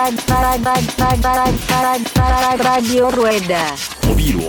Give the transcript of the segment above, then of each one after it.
Radio Rueda。 おビールを、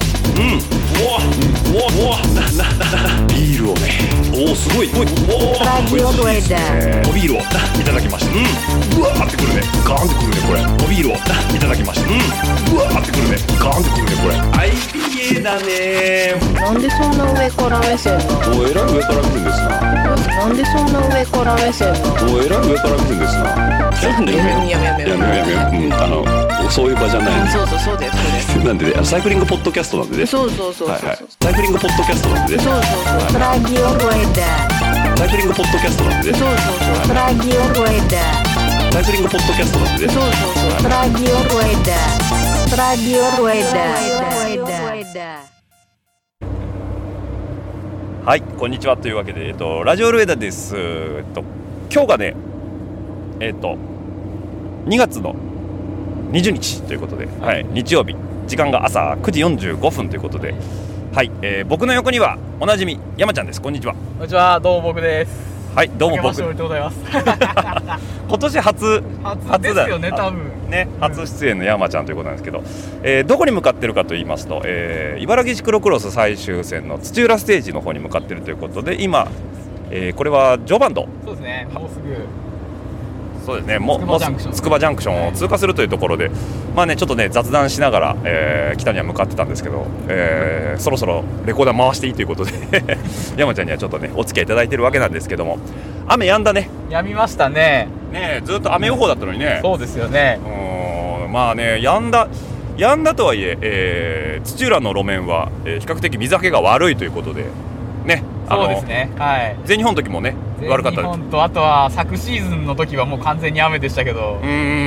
ビールをね、おおすごい、 Radio Rueda。 おビールをいただきました。うわーってくるね、ガーンってくるねこれ。おビールをいただきました。うわーってくるね、ガーンってくるねこれ。IPA だね。 なんでそんな上から目線なの？ おえらい上から見るんですな。 なんでそんな上から目線なの？ おえらい上から見るんですな。 やめよう。 そういう場じゃない。 そうだよそれ。 なんでね、サイクリングポッドキャストなんでね。 そう。 はい。サイクリングポッドキャストなんでね。 そう。Radio Rueda。 サイクリングポッドキャストなんでね。 そう。Radio Rueda。 サイクリングポッドキャストなんでね。 そう。Radio Rueda。Radio Rueda。 はい、こんにちはというわけで、ラジオルエダです。今日がね、2月の20日ということで、はい、日曜日、時間が朝9時45分ということで、はい、僕の横にはおなじみ山ちゃんです。こんにちは。 こんにちは、どうも僕です。 はい、どうも僕。 おめでとうございます。 今年初ですよね、多分ね、初出演の山ちゃんということなんですけど、どこに向かってるかと言いますと、茨城シクロクロス最終戦の土浦ステージの方に向かってるということで、今、これは常磐道。 そうですね、もうすぐ。 そうですね、もうつくばジャンクションを通過するというところで、まあね、ちょっとね雑談しながら、北には向かってたんですけど、そろそろレコーダー回していいということで山ちゃんにはちょっとねお付き合いいただいてるわけなんですけども、雨止んだね。 止みましたね。 ね、ずっと雨予報だったのにね。 そうですよね。 まあね、止んだとはいえ、土浦の路面は、比較的水はけが悪いということでね。 そうですね、はい。 全日本の時もね悪かったです。 全日本と、あとは昨シーズンの時はもう完全に雨でしたけど、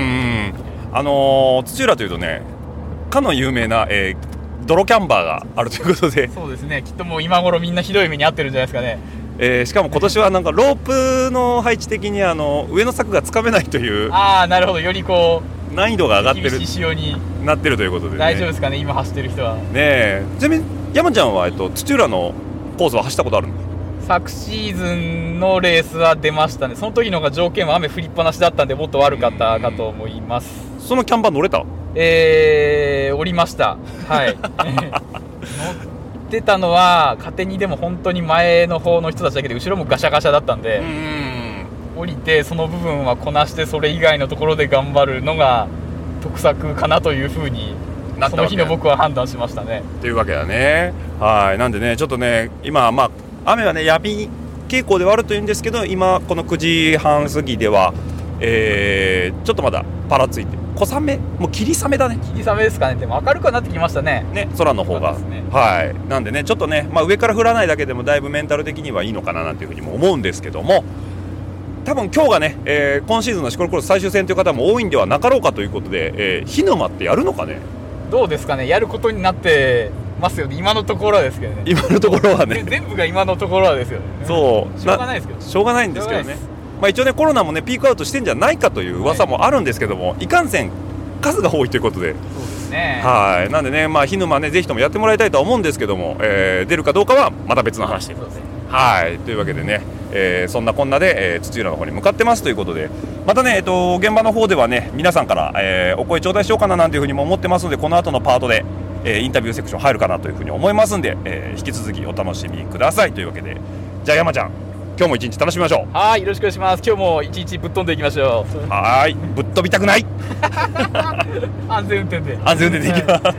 土浦というとね、かの有名な、泥キャンバーがあるということで、 そうですね、きっともう今頃みんなひどい目に遭ってるんじゃないですかね。 しかも今年はなんかロープの配置的に上の柵がつかめないという、 ああ、なるほど、よりこう難易度が上がってる、 厳しい仕様になってるということで、ね、 大丈夫ですかね、今走ってる人は。 ね。ちなみに山ちゃんは、土浦のコースは走ったことあるの？ 昨シーズンのレースは出ましたね。その時のが条件は雨降りっぱなしだったんでもっと悪かったかと思います。 そのキャンバー乗れた？ 降りました。はい。乗ってたのは勝手に、でも本当に前の方の人たちだけで後ろもガシャガシャだったんで、降りてその部分はこなして、それ以外のところで頑張るのが得策かなというふうにその日の僕は判断しましたね。 というわけだね。はい。なんでね、ちょっとね、今まあ雨はねやみ傾向ではあるというんですけど、今この9時半過ぎでは、ちょっとまだパラついて小雨、もう霧雨だね。 霧雨ですかね。でも明るくなってきましたね。 空の方が、 ね、 はい。なんでね、ちょっとね、まあ、上から降らないだけでもだいぶメンタル的にはいいのかななんていうふうにも思うんですけども、多分今日がね、今シーズンのシクロクロス最終戦という方も多いんではなかろうかということで、火沼ってやるのかね。 どうですかね、やることになってますよね、今のところはですけどね。 今のところはね、 全部が今のところはですよね。 そうしょうがないですけど、 しょうがないんですけどね。まあ、一応ね、コロナもねピークアウトしてんじゃないかという噂もあるんですけども、いかんせん数が多いということで、 そうですね。 はい。なんでね、まあ火沼ねぜひともやってもらいたいとは思うんですけども、出るかどうかはまた別の話で、はい。というわけでね、そんなこんなで、土浦の方に向かってますということで、またね、現場の方ではね皆さんから、お声頂戴しようかななんていうふうにも思ってますので、この後のパートで、インタビューセクション入るかなというふうに思いますんで、引き続きお楽しみくださいというわけで、じゃあ山ちゃん、今日も一日楽しみましょう。 はい、よろしくお願いします。今日も一日ぶっ飛んでいきましょう。 はい、ぶっ飛びたくない安全運転でいきます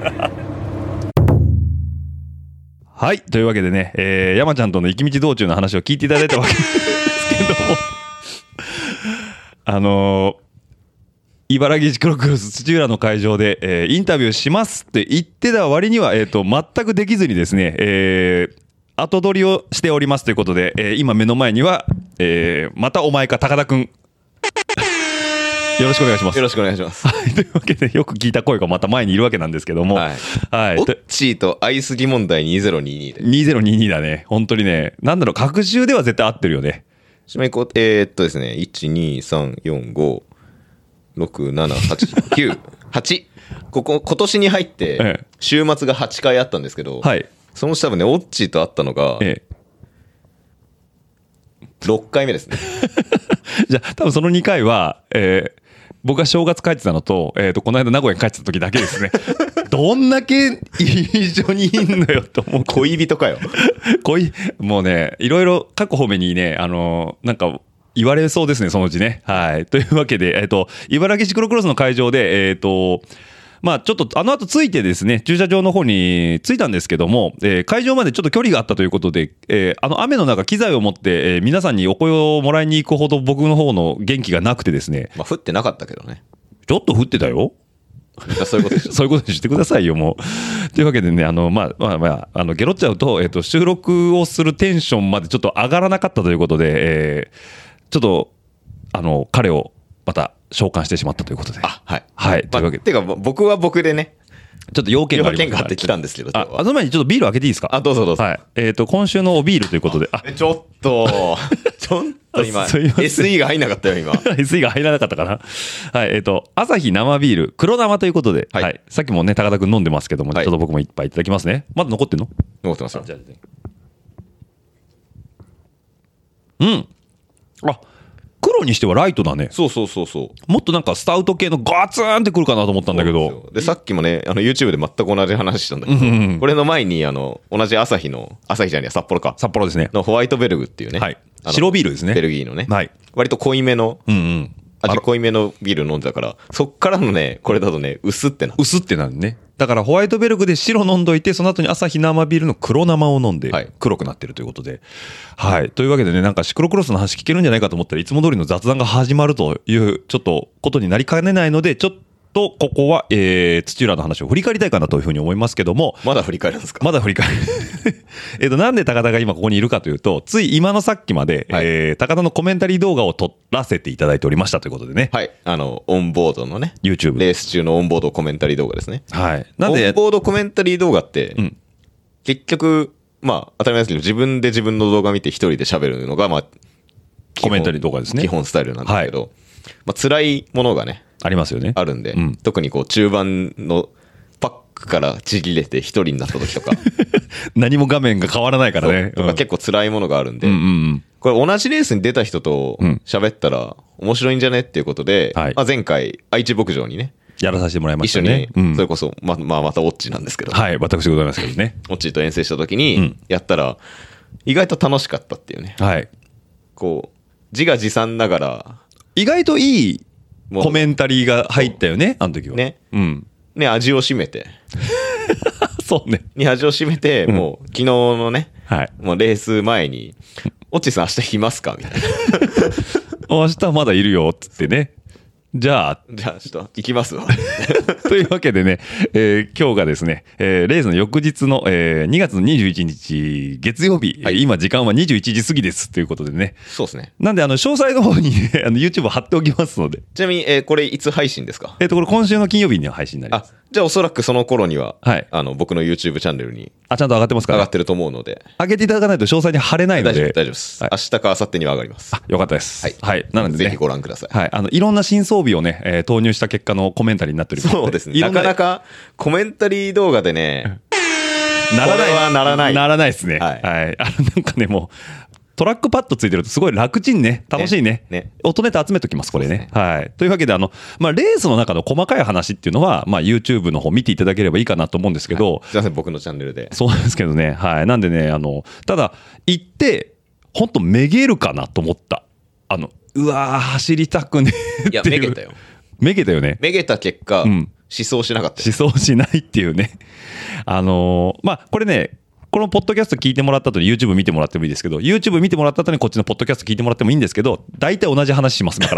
はい、というわけでね、山ちゃんとの行き道道中の話を聞いていただいたわけですけども茨城シクロクロス土浦の会場で、インタビューしますって言ってた割には、全くできずにですね、後取りをしておりますということで、今目の前には、またお前か高田くんよろしくお願いします。 よろしくお願いします。 はい、というわけでよく聞いた声がまた前にいるわけなんですけども、 はいはい、オッチーと会いすぎ問題2022で 2022だね。本当にね、なんだろう、隔週では絶対合ってるよね。 ちなみにですね、123456789 今年に入って週末が8回あったんですけど、 はい、 そのうち多分ねオッチーと会ったのが6回目ですね。 じゃあ多分その2回は、 僕が正月帰ってたのと、この間名古屋に帰ってた時だけですね。どんだけ一緒にいんのよと思う。 恋人かよ。 もうね、いろいろ各方面にね、なんか、言われそうですね、そのうちね。はい。というわけで、茨城シクロクロスの会場で、まあちょっとあの後着いてですね、駐車場の方に着いたんですけども、会場までちょっと距離があったということで、雨の中機材を持って、皆さんにお声をもらいに行くほど僕の方の元気がなくてですね。 まあ降ってなかったけどね。 ちょっと降ってたよ。 そういうことそういうことにしてくださいよ、もう。というわけでね、ゲロっちゃうと、収録をするテンションまでちょっと上がらなかったということで、ちょっと、彼をまた召喚してしまったということで。 はい。 はい。というわけで。 てか、僕は僕でね、 ちょっと要件があってきたんですけど、 その前にちょっとビール開けていいですか？ どうぞどうぞ。 はい。今週のおビールということで。 ちょっと今、SE が入んなかったよ、今。 SE が入らなかったかな。はい。アサヒ生ビール、黒生ということで、はい。さっきもね、高田くん飲んでますけども、ちょっと僕も一杯いただきますね。まだ残ってんの？ 残ってますよ。 うん。黒にしてはライトだね。 そう。 もっとなんかスタウト系のガツンってくるかなと思ったんだけど。 で、さっきもね、YouTube で全く同じ話したんだけど、これの前に、同じ朝日じゃねえ、札幌か。 札幌ですね。 のホワイトベルグっていうね。 はい。白ビールですね。 ベルギーのね。 はい。 割と濃いめの、味濃いめのビール飲んでたから、そっからのね、これだとね、薄ってなるね。だからホワイトベルグで白飲んどいて、その後にアサヒ生ビールの黒生を飲んで、黒くなってるということで。はい。というわけでね、なんかシクロクロスの話聞けるんじゃないかと思ったらいつも通りの雑談が始まるというちょっとことになりかねないので、ちょっとここは、土浦の話を振り返りたいかなというふうに思いますけども。 まだ振り返るんですか？ まだ振り返る。なんで高田が今ここにいるかというと、つい今のさっきまで、高田のコメンタリー動画を撮らせていただいておりましたということでね。 はい。オンボードのね。 YouTube。 レース中のオンボードコメンタリー動画ですね。 はい。 なんで、オンボードコメンタリー動画って、結局、まあ、当たり前ですけど、自分で自分の動画見て一人で喋るのが、まあ、 コメンタリー動画ですね。 基本スタイルなんですけど、まあ、辛いものがね、 ありますよね。 あるんで、特にこう中盤のパックからちぎれて一人になった時とか何も画面が変わらないからね。 とか結構辛いものがあるんで、これ同じレースに出た人と喋ったら面白いんじゃねっていうことで、まあ、前回愛知牧場にねやらさせてもらいましたね。 一緒に、それこそまたオッチなんですけど、 はい、私でございますけどね。 オッチと遠征した時にやったら意外と楽しかったっていうね。 はい。 こう自画自賛ながら意外といいコメンタリーが入ったよね、あの時は。 ね。ね、味を占めて。 そうね。 に味を占めて、もう昨日のね、もうレース前に、オッチさん明日いますかみたいな。 明日まだいるよ、つってね。じゃあちょっと行きますわ。 というわけでね、今日がですね、レースの翌日の、2月の21日月曜日、今時間は21時過ぎですということでね。 そうですね。 なんで詳細の方に、ね、YouTube 貼っておきますので。 ちなみに、これいつ配信ですか？ これ今週の金曜日には配信になります。 じゃあおそらくその頃には、僕の YouTube チャンネルにちゃんと上がってますか？ 上がってると思うので、 上げていただかないと詳細に貼れないので。 大丈夫です。明日か明後日には上がります。 よかったです。はい。なのでぜひご覧ください。 はい。いろんな新装備をね、投入した結果のコメンタリーになっております。 そうですね。なかなかコメンタリー動画でね、 ならないですね。 はい。 なんかね、もう、トラックパッドついてるとすごい楽ちんね。楽しいね。音ネタ集めときます、これね。はい。というわけで、レースの中の細かい話っていうのは、YouTube の方見ていただければいいかなと思うんですけど。 すいません、僕のチャンネルで。 そうですけどね。はい。なんでね、ただ、行って、ほんとめげるかなと思った。うわー、走りたくねえっていう。いや、 めげたよ。 めげたよね。 めげた結果、思想しなかった。 思想しないっていうね。これね、このポッドキャスト聞いてもらった後に YouTube 見てもらってもいいですけど、YouTube 見てもらった後にこっちのポッドキャスト聞いてもらってもいいんですけど、大体同じ話します、だから。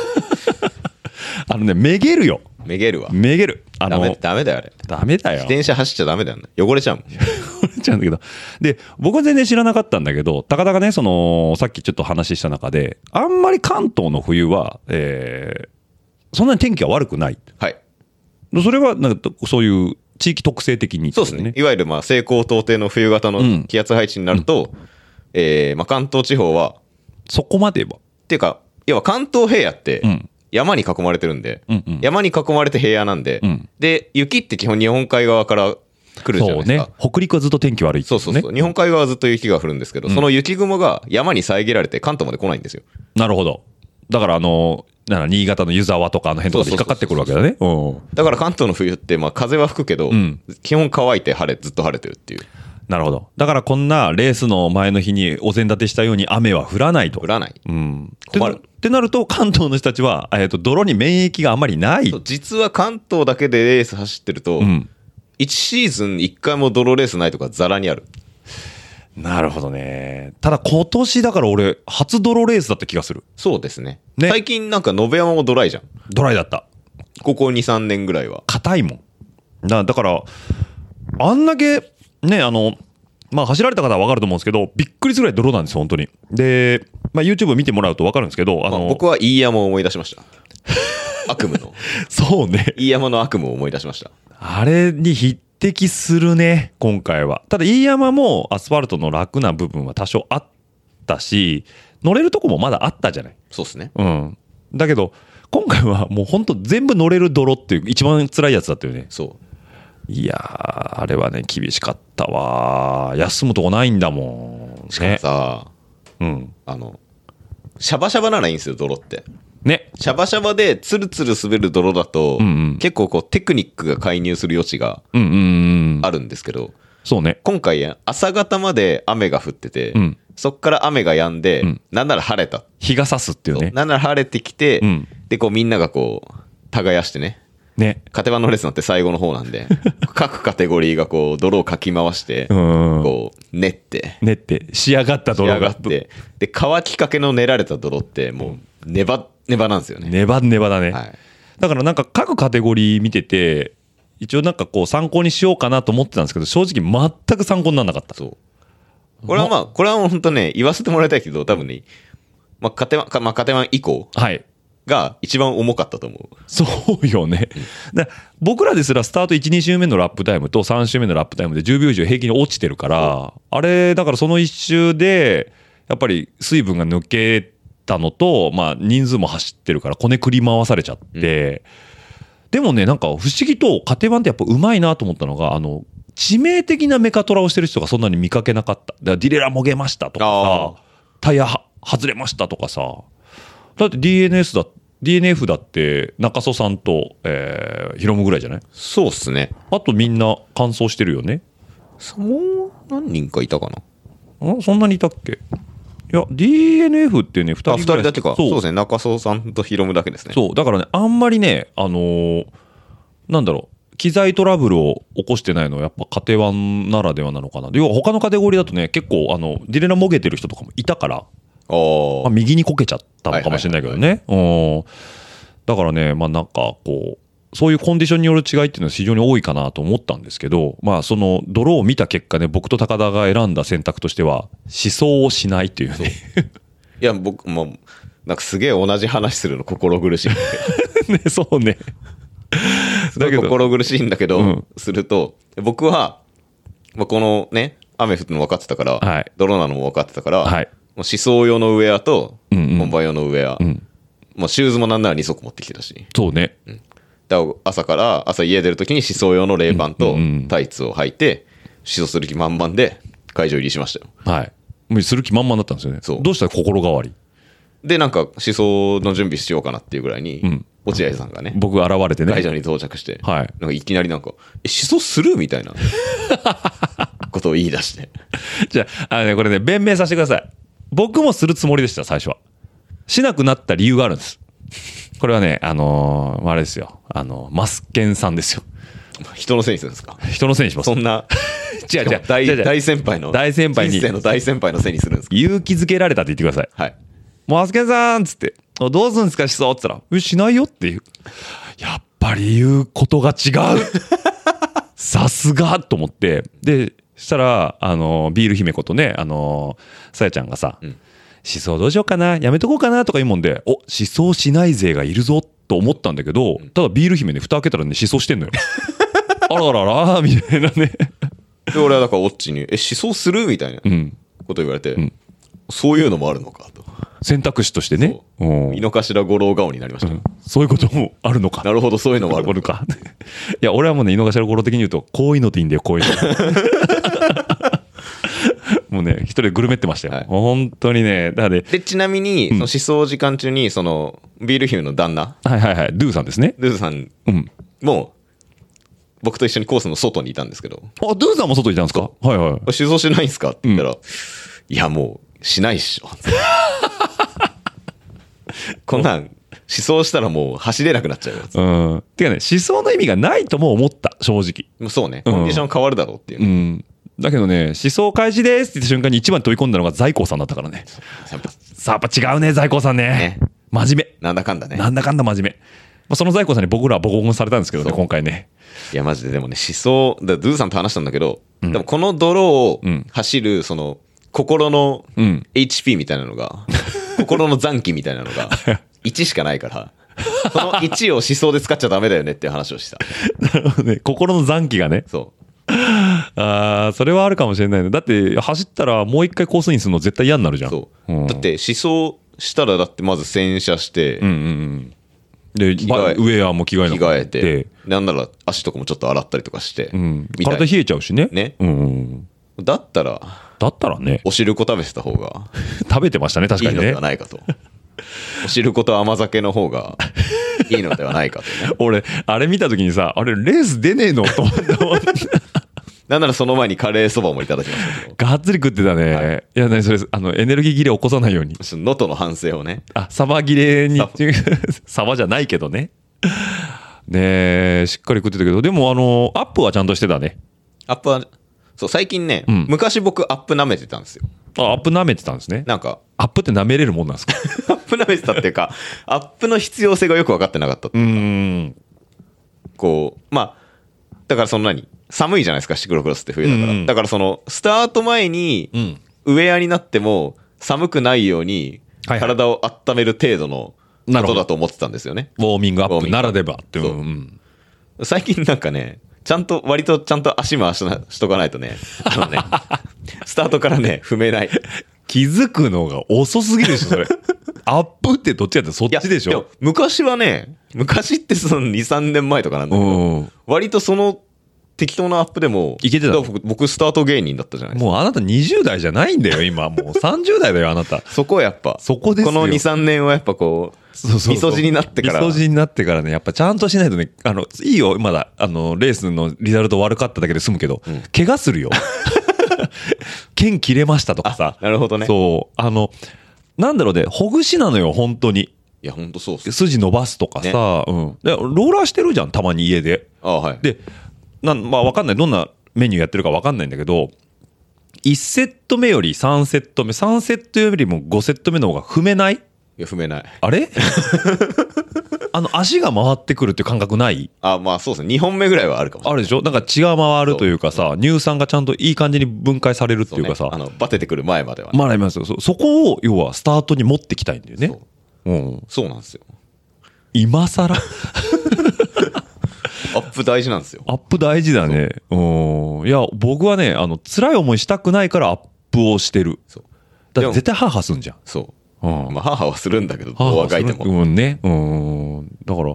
めげるよ。 めげるわ。 めげる。 ダメだよ、あれ。 ダメだよ。 自転車走っちゃダメだよね。汚れちゃうもん。 汚れちゃうんだけど。で、僕は全然知らなかったんだけど、高田がね、さっきちょっと話した中で、あんまり関東の冬は、そんなに天気は悪くない。 はい。 それは、なんか、そういう地域特性的に、 そうですね。いわゆる、西高東低の冬型の気圧配置になると、関東地方は、 そこまでは。 っていうか、要は関東平野って、山に囲まれてるんで、山に囲まれて平野なんで、で、雪って基本日本海側から来るじゃないですか。 そうね。北陸はずっと天気悪いってね。 そう。日本海側はずっと雪が降るんですけど、その雪雲が山に遮られて関東まで来ないんですよ。 なるほど。だからなんか新潟の湯沢とかあの辺とかで引っかかってくるわけだね。 だから関東の冬ってまあ風は吹くけど、基本乾いてずっと晴れてるっていう。 なるほど。だからこんなレースの前の日にお膳立てしたように雨は降らないと。 降らない。 困る。ってなると関東の人たちは、泥に免疫があまりない。 実は関東だけでレース走ってると、1シーズン1回も泥レースないとかザラにある。 なるほどね。ただ今年だから俺初泥レースだった気がする。 そうですね。最近なんか延山もドライじゃん。 ドライだった。 ここ2、3年ぐらいは。 硬いもん。だからあんだけねまあ走られた方は分かると思うんですけど、びっくりするぐらい泥なんですよ本当に。で、まあ YouTube 見てもらうと分かるんですけど、 僕は飯山を思い出しました。悪夢の。 そうね。 飯山の悪夢を思い出しました。 あれに匹敵するね今回は。ただ飯山もアスファルトの楽な部分は多少あったし、乗れるとこもまだあったじゃない。 そうですね。 だけど今回はもう本当全部乗れる泥っていう一番辛いやつだったよね。 そう。 いやーあれはね厳しかったわ。休むとこないんだもん、ね、 しかもさ、シャバシャバならいいんですよ泥ってね。シャバシャバでツルツル滑る泥だと、結構こうテクニックが介入する余地があるんですけど、 そうね。 今回朝方まで雨が降ってて、そっから雨が止んで、なんなら晴れた。 日が差すっていうね。 なんなら晴れてきて、でこうみんながこう耕してね。カテバンのレースなんて最後の方なんで各カテゴリーがこう泥をかき回してこう練って仕上がった泥がで乾きかけの練られた泥ってもうネバネバなんですよね。 ネバネバだね、だからなんか各カテゴリー見てて一応なんかこう参考にしようかなと思ってたんですけど、正直全く参考にならなかった。そうこれは本当ね言わせてもらいたいけど、多分ね、カテバン以降が一番重かったと思う。 そうよね。僕らですらスタート1、2周目のラップタイムと3周目のラップタイムで10秒以上平均に落ちてるから、あれだからその1周でやっぱり水分が抜けたのと、まあ人数も走ってるからこねくり回されちゃって、でもねなんか不思議とカテバンってやっぱうまいなと思ったのが、致命的なメカトラをしてる人がそんなに見かけなかった。だからディレラもげましたとかさ、タイヤ外れましたとかさ、だって DNF だって中曽さんと、ヒロムぐらいじゃない？ そうっすね。 あとみんな完走してるよね。 もう何人かいたかな。 そんなにいたっけ？いや DNF ってね2人ぐらい。 2人だけか。そうですね。中曽さんとヒロムだけですね。 そうだからねあんまりねなんだろう機材トラブルを起こしてないのはやっぱカテワンならではなのかな。要は他のカテゴリーだとね結構ディレラもげてる人とかもいたから。右にこけちゃったのかもしれないけどね。だからねなんかこうそういうコンディションによる違いっていうのは非常に多いかなと思ったんですけど、その泥を見た結果ね僕と高田が選んだ選択としては思想をしないっていうね。 いや僕もなんかすげえ同じ話するの心苦しいね。そうね。 だけど心苦しいんだけど、すると僕は、このね雨降っての分かってたから、泥なのも分かってたから、思想用のウェアと本番用のウェア、シューズもなんなら2足持ってきてたし。 そうね。 だから朝家出るときに思想用の冷パンとタイツを履いて思想する気満々で会場入りしましたよ。 はい。もうする気満々だったんですよね。どうしたら心変わりでなんか思想の準備しようかなっていうぐらいに、落合さんがね僕現れてね会場に到着して、なんかいきなりなんか思想するみたいなことを言い出してじゃあこれね弁明させてください。僕もするつもりでした最初は。しなくなった理由があるんです。これはねあれですよマスケンさんですよ。 人のせいにするんですか？ 人のせいにします。 そんな違う大先輩の人生の大先輩のせいにするんですか？ 勇気づけられたって言ってください。マスケンさんっつってどうするんですか思想っつったらしないよっていう。やっぱり言うことが違うさすがと思って、でしたらビール姫ことねさやちゃんがさ、思想どうしようかなやめとこうかなとか言うもんで、思想しない勢がいるぞと思ったんだけど、ただビール姫ね蓋開けたらね思想してんのよあらららみたいなね。 で俺はだからオッチに思想するみたいなこと言われて、そういうのもあるのかと選択肢としてね。 井の頭五郎顔になりました、 そういうこともあるのか。 なるほどそういうのもあるのかいや俺はもうね井の頭五郎的に言うとこういうのでいいんだよこういうのもうね、一人でグルメってましたよ。本当にね。だからで、ちなみに、その思想時間中に、その、ビール姫の旦那。 はいはいはい。ドゥさんですね。 ドゥさんも、僕と一緒にコースの外にいたんですけど。 あ、ドゥさんも外にいたんですか？はいはい。 思想しないんすかって言ったら、いやもう、しないっしょ。こんなん、思想したらもう走れなくなっちゃうやつ。 てかね、思想の意味がないとも思った、正直。 そうね。コンディション変わるだろうっていう。 だけどね、思想開示ですって言った瞬間に一番飛び込んだのが在光さんだったからね。さあ、やっぱ違うね、在光さんね。真面目。 なんだかんだね。 なんだかんだ真面目。その在光さんに僕らはボコボコにされたんですけどね、今回ね。 いや、マジででもね、思想、ドゥさんと話したんだけど、でもこの泥を走る、その、心の HP みたいなのが、心の残機みたいなのが、1しかないから、その1を思想で使っちゃダメだよねっていう話をした。 なるほどね。心の残機がね。 そう。 それはあるかもしれないね。だって走ったらもう一回コースインするの絶対嫌になるじゃん。 そう。だって思想したらだってまず洗車して、 で、ウェアも着替えて、なんなら足とかもちょっと洗ったりとかして、 体冷えちゃうしね。 ね。だったらね、お汁粉食べてた方が食べてましたね、確かにね。 いいのではないかと。お汁粉と甘酒の方がいいのではないかとね。 俺あれ見た時にさ、あれレース出ねえのと思ってなんならその前にカレーそばもいただきましたけど、 がっつり食ってたね。いや、何それ、エネルギー切れ起こさないように、 能登の反省をね。 サバ切れにサバじゃないけどね。ねえ、しっかり食ってたけど、でもアップはちゃんとしてたね。 アップはそう、最近ね、昔僕アップ舐めてたんですよ。 アップ舐めてたんですね。 なんかアップって舐めれるもんなんですか？ アップ舐めてたっていうか、アップの必要性がよく分かってなかったっていうか、こう、まあだからその寒いじゃないですか、シクロクロスって冬だから、だからそのスタート前にウェアになっても寒くないように体を温める程度のことだと思ってたんですよね。 ウォーミングアップならではっていう。 最近なんかね、割とちゃんと足回しとかないとね、スタートからね、踏めない。 気づくのが遅すぎるでしょ、それ。アップってどっちかってそっちでしょ。 昔はね、昔ってその2、3年前とかなんだけど、割とその適当なアップでも、 いけてた。 僕スタート芸人だったじゃないですか。 もうあなた20代じゃないんだよ、今。もう30代だよ、あなた。 そこはやっぱ、 そこですよ。 この2、3年はやっぱこう、みそじになってから。 みそじになってからね、やっぱちゃんとしないとね、いいよ、まだ、レースのリザルト悪かっただけで済むけど、怪我するよ。剣切れましたとかさ。 なるほどね。 そう。なんだろうね、ほぐしなのよ、本当に。 いや、本当そうっす。 筋伸ばすとかさ、でローラーしてるじゃん、たまに家で。 はい。 で、まあわかんない。どんなメニューやってるかわかんないんだけど、1セット目より3セット目、3セットよりも5セット目の方が踏めない？ いや、踏めない。 あれ足が回ってくるっていう感覚ない？ まあそうですね。2本目ぐらいはあるかもしれない。 あるでしょ？なんか血が回るというかさ、乳酸がちゃんといい感じに分解されるっていうかさ。 バテてくる前までは。 まあ、ありますよ。そこを、要はスタートに持ってきたいんだよね。 そうなんですよ。 今更アップ大事なんですよ。 アップ大事だね。いや、僕はね、辛い思いしたくないからアップをしてる。だって絶対ハーハーすんじゃん。 そう。まあ、ハーハーはするんだけど、どうあがいても。 だから、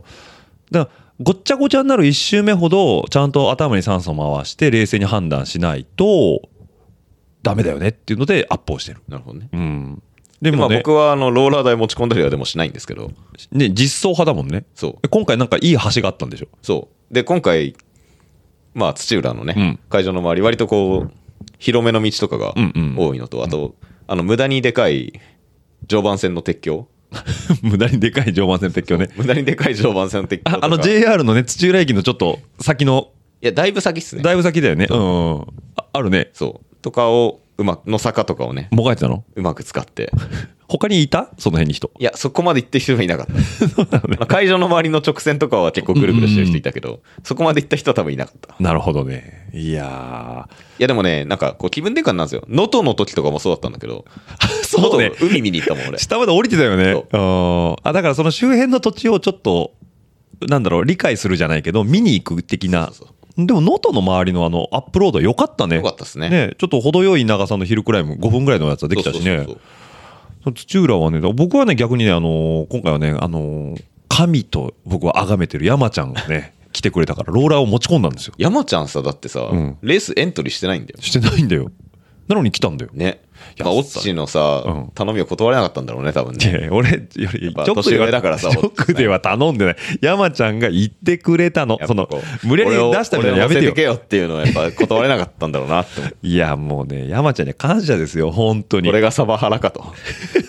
ごっちゃごちゃになる1周目ほど、ちゃんと頭に酸素を回して、冷静に判断しないと、ダメだよねっていうので、アップをしてる。 なるほどね。 でもね、 僕はローラー台持ち込んだりはでもしないんですけど。 ね、実装派だもんね。 そう。 今回なんかいい橋があったんでしょ。 そう。で、今回、まあ、土浦のね、会場の周り、割とこう、広めの道とかが多いのと、あと、無駄にでかい常磐線の鉄橋。 無駄にでかい常磐線の鉄橋ね。 無駄にでかい常磐線の鉄橋とか。 JR のね、土浦駅のちょっと先の。 いや、だいぶ先っすね。 だいぶ先だよね。あるね。 そう。とかを、の坂とかをね。 もがいてたの？ うまく使って。 他にいた？その辺に人。 いや、そこまで行ってる人はいなかった。ね、会場の周りの直線とかは結構ぐるぐるしてる人いたけど、そこまで行った人は多分いなかった。 なるほどね。いやでもね、なんかこう気分転換なんですよ。能登の時とかもそうだったんだけど。 そうね。 海見に行ったもん俺。 下まで降りてたよね。だからその周辺の土地をちょっと、なんだろう、理解するじゃないけど、見に行く的な。そうでも能登の周りのアップロード良かったね。 良かったですね。 ちょっと程よい長さのヒルクライム、5分ぐらいのやつはできたしね。土浦はね、僕はね、逆にね、今回はね、神と僕は崇めてる山ちゃんがね、来てくれたから、ローラーを持ち込んだんですよ。 山ちゃんさ、だってさ、レースエントリーしてないんだよ。 してないんだよ。 なのに来たんだよね。まあ、オッチのさ、頼みを断れなかったんだろうね、多分ね。 俺より年上だからさ、 直では頼んでない。山ちゃんが言ってくれたの。その無理やり出したみたいなやめてよ。 俺を乗せてけよっていうのはやっぱ断れなかったんだろうなって思う。 いやもうね、山ちゃんには感謝ですよ、本当に。 これがサバハラかと。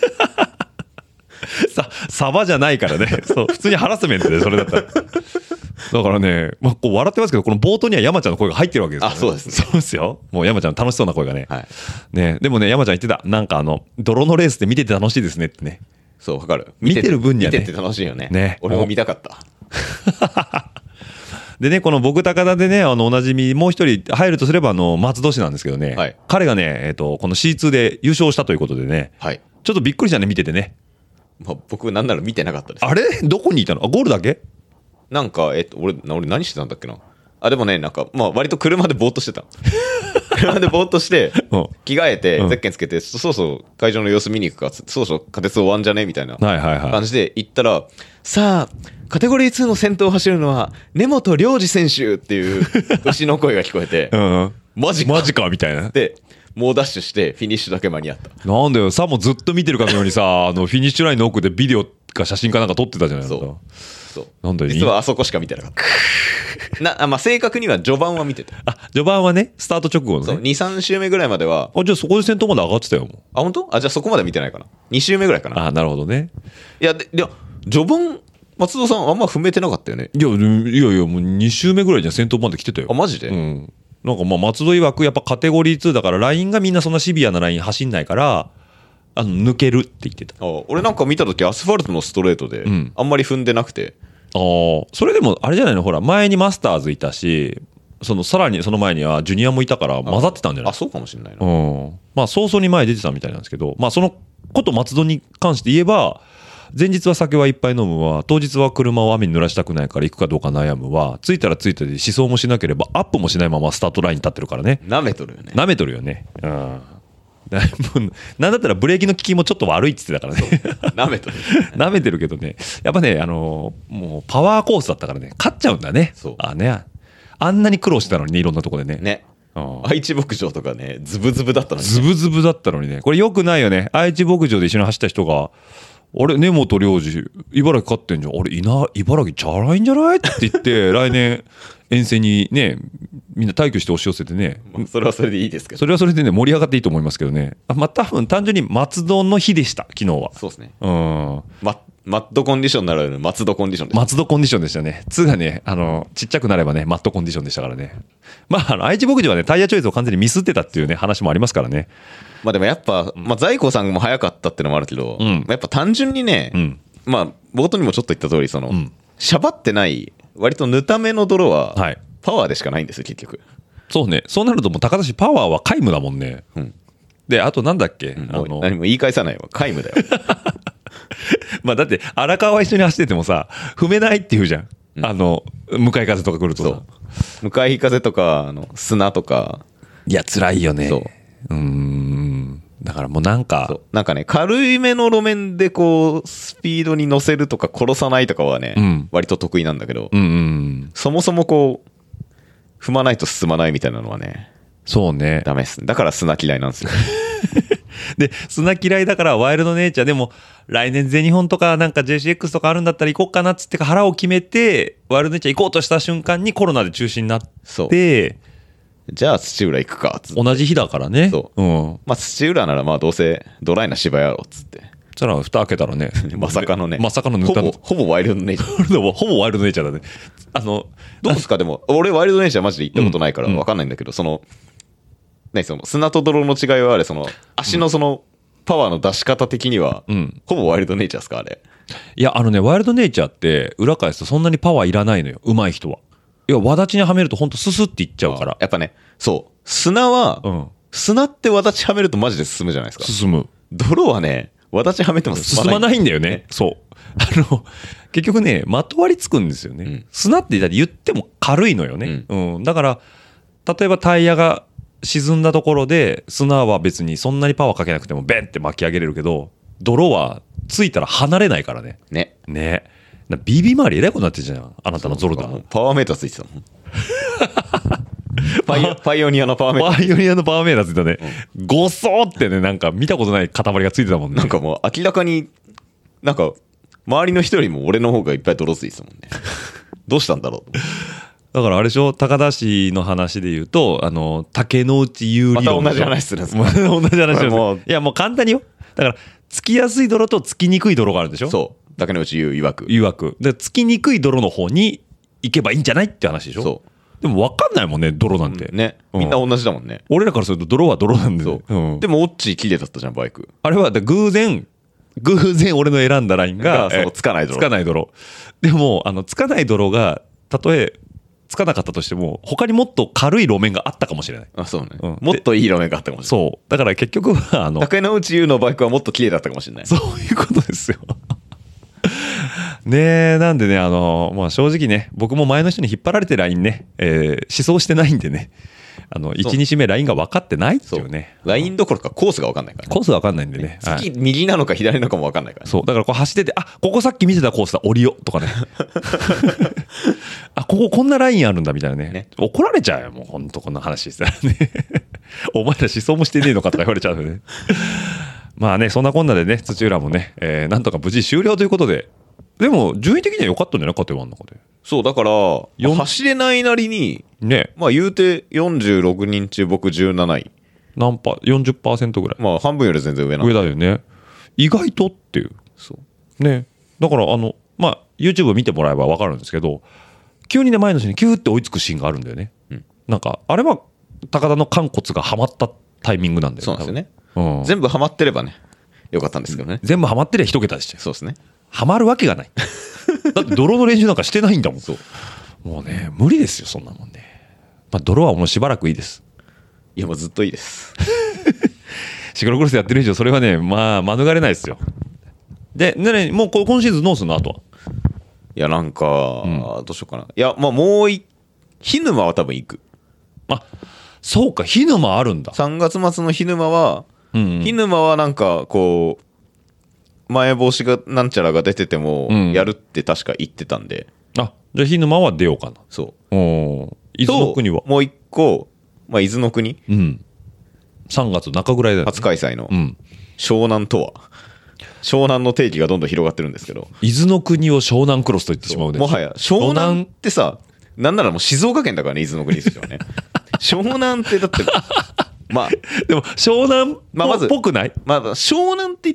サバじゃないからね。そう、普通にハラスメントでそれだったら。だからね、まあ、こう笑ってますけど、この冒頭には山ちゃんの声が入ってるわけですよ、ね。 あ、そうですね。 そうですよ。もう山ちゃん楽しそうな声がね。 はい。 ね、でもね、山ちゃん言ってた。なんか泥のレースで見てて楽しいですねってね。 そう、わかる。 見てる分にはね。 見てて楽しいよね。 ね。 俺も見たかった。 でね、この僕高田でね、おなじみ、もう一人入るとすれば、松戸市なんですけどね。はい。彼がね、この C2 で優勝したということでね。はい。ちょっとびっくりしたね、見ててね。 まあ、僕なんなら見てなかったです。 あれどこにいたの？ゴールだけ？ なんか、俺何してたんだっけな。あ、でもね、なんか、まあ、割と車でぼーっとしてた。車でぼーっとして、着替えて、ゼッケンつけて、そうそう会場の様子見に行くか、そうそう仮鉄終わんじゃねみたいな感じで行ったら、さあ、カテゴリー2の先頭を走るのは、根本良二選手っていう牛の声が聞こえて、マジかみたいな。で、もうダッシュしてフィニッシュだけ間に合った。なんだよ、さもずっと見てるかのようにさ、フィニッシュラインの奥でビデオか写真かなんか撮ってたじゃないですか。そうなんだよ、実はあそこしか見てなかったまあ、正確には序盤は見てた。あ、序盤はね、スタート直後のね。そう、2、3周目ぐらいまでは。あ、じゃあそこで先頭まで上がってたよ、もう。あ、本当？あ、じゃあそこまで見てないかな。2周目ぐらいかな。あ、なるほどね。いや、序盤、松戸さんあんま踏めてなかったよね。いや、もう2周目ぐらいじゃ先頭まで来てたよ。あ、マジで？うん。なんかまあ松戸曰くやっぱカテゴリー2だからラインがみんなそんなシビアなライン走んないから抜けるって言ってた。俺なんか見た時アスファルトのストレートであんまり踏んでなくて、それでもあれじゃないの、ほら前にマスターズいたし、さらにその前にはジュニアもいたから混ざってたんじゃない？あ、そうかもしれないな。まあ早々に前出てたみたいなんですけど、まあそのこと松戸に関して言えば、前日は酒はいっぱい飲むわ、当日は車を雨に濡らしたくないから行くかどうか悩むわ、着いたら着いたで思想もしなければアップもしないままスタートラインに立ってるからね。舐めとるよね。舐めとるよね。うん。なんだったらブレーキの効きもちょっと悪いって言ってたからね。舐めとる。舐めてるけどね、やっぱね、もうパワーコースだったからね、勝っちゃうんだね。そう。あんなに苦労してたのにね、いろんなとこでね。ね。愛知牧場とかね、ズブズブだったのにね。ズブズブだったのにね。これ良くないよね。愛知牧場で一緒に走った人が、あれ、根本良二、茨城勝ってんじゃん。あれ、茨城チャラいんじゃないって言って、来年、遠征にね、みんな退去して押し寄せてね。それはそれでいいですけど。それはそれでね、盛り上がっていいと思いますけどね。まあ、多分単純に松戸の日でした、昨日は。そうですね。マットコンディションならぬ松戸コンディションでした。松戸コンディションでしたね。2がね、ちっちゃくなればね、マットコンディションでしたからね。まあ、愛知牧場はね、タイヤチョイスを完全にミスってたっていうね、話もありますからね。まあでもやっぱ、在庫さんも早かったってのもあるけど、やっぱ単純にね、まあ、冒頭にもちょっと言った通り、シャバってない、割とぬための泥は、パワーでしかないんですよ、結局。そうね。そうなるともう高田氏パワーは皆無だもんね。で、あとなんだっけ、何も言い返さないわ。皆無だよ。まあだって荒川一緒に走っててもさ、踏めないって言うじゃん。向かい風とか来るとさ。向かい風とか砂とか。いや辛いよね。そう。だからもうなんかね、軽いめの路面でこうスピードに乗せるとか殺さないとかはね、割と得意なんだけど、そもそもこう踏まないと進まないみたいなのはね、そうね、ダメっす。だから砂嫌いなんですよ。で、砂嫌いだからワイルドネイチャーでも来年全日本とかなんか JCX とかあるんだったら行こうかなっつって腹を決めてワイルドネイチャー行こうとした瞬間にコロナで中止になって、じゃあ土浦行くかっつって、同じ日だからね。そう、まあ土浦ならまあどうせドライな芝やろっつって、そしたら蓋開けたらね、まさかのね、まさかのほぼワイルドネイチャー。ほぼワイルドネイチャーだね。どうですか？でも俺ワイルドネイチャーマジで行ったことないから分かんないんだけど、砂と泥の違いはあれ、足のパワーの出し方的には、ほぼワイルドネイチャーですかあれ。いやワイルドネイチャーって裏返すとそんなにパワーいらないのよ、上手い人は。いや、輪立ちにはめるとほんとススっていっちゃうから。やっぱね、そう。砂は、砂って輪立ちはめるとマジで進むじゃないですか。進む。泥はね、輪立ちはめても進まないんだよね。そう。結局ね、まとわりつくんですよね。砂って言っても軽いのよね。だから、例えばタイヤが沈んだところで、砂は別にそんなにパワーかけなくてもベンって巻き上げれるけど、泥はついたら離れないからね。ね。BB 周りえらいことになってるじゃん、あなたのゾルダー。パワーメーターついてたもん。 パイオニアのパワーメーター。 パイオニアのパワーメーターついたね。ごそーってね、なんか見たことない塊がついてたもんね。 なんかもう明らかに、なんか、周りの人よりも俺の方がいっぱい泥ついてたもんね。どうしたんだろうと。 だからあれでしょ、高田氏の話で言うと、竹之内有理論。 また同じ話するんですか。 同じ話する。 もういや、もう簡単によ。だから、つきやすい泥とつきにくい泥があるでしょ。 そう。竹之内有曰く。 曰く。で、つきにくい泥の方に行けばいいんじゃないって話でしょ。 そう。 でも分かんないもんね、泥なんて。 ね。みんな同じだもんね。 俺らからすると泥は泥なんで。 そう。でも、オッチー綺麗だったじゃん、バイク。 あれは偶然俺の選んだラインが、 つかない泥。 つかない泥。でも、つかない泥が、たとえ、つかなかったとしても、他にもっと軽い路面があったかもしれない。 あ、そうね。もっといい路面があったかもしれない。 そう。だから結局は、 竹之内優のバイクはもっと綺麗だったかもしれない。 そういうことですよ。ねえ、なんでね、まあ、正直ね、僕も前の人に引っ張られてラインね、思想してないんでね、1、2日目ラインが分かってないっていうね。 ラインどころかコースが分かんないからね。 コースが分かんないんでね。 次、右なのか左なのかも分かんないからね。 そう。だからこう走ってて、あ、ここさっき見てたコースだ、降りよとかね。あ、こここんなラインあるんだみたいなね。怒られちゃうよ、もうほんとこんな話したらね。お前ら思想もしてねえのかとか言われちゃうよね。まあね、そんなこんなでね、土浦もね、なんとか無事終了ということで、でも順位的には良かったんじゃないかってワンの中で。 そう、だから、走れないなりに、 ね。 まあ言うて46人中僕17位。 何パー、40% ぐらい。 まあ半分より全然上上だよね。意外とっていう。 そう。 ね。だからまあ YouTube 見てもらえば分かるんですけど、急にね、前の人にキューって追いつくシーンがあるんだよね。うん、なんか、あれは高田の肝骨がはまったタイミングなんだよね。 そうなんですよね。うん、全部はまってればね、よかったんですけどね。 全部はまってりゃ一桁でしたよ。 そうですね。 はまるわけがない。だって泥の練習なんかしてないんだもん。そう。もうね、無理ですよ、そんなもんね。まあ、泥はもうしばらくいいです。 いや、もうずっといいです。 シクロクロスやってる以上、それはね、まあ、免れないですよ。で、ね、もう今シーズンどうすんのあとは。 いや、なんか、どうしようかな。いや、まあ、もう日沼は多分行く。 あ、そうか、日沼あるんだ。 3月末の日沼は、日沼はなんか、こう、前帽子がなんちゃらが出ててもやるって確か言ってたんで、 あ、じゃあ日沼は出ようかな。 そう伊豆の国はもう一個、まあ、伊豆の国、 3月中ぐらいだよね、 初開催の、湘南とは湘南の定義がどんどん広がってるんですけど、 伊豆の国を湘南クロスと言ってしまうね。 もはや湘南ってさ、なんならもう静岡県だからね、伊豆の国ですよね。湘南ってだってまあ、 でも湘南っぽくない？ まあ、湘南って言って、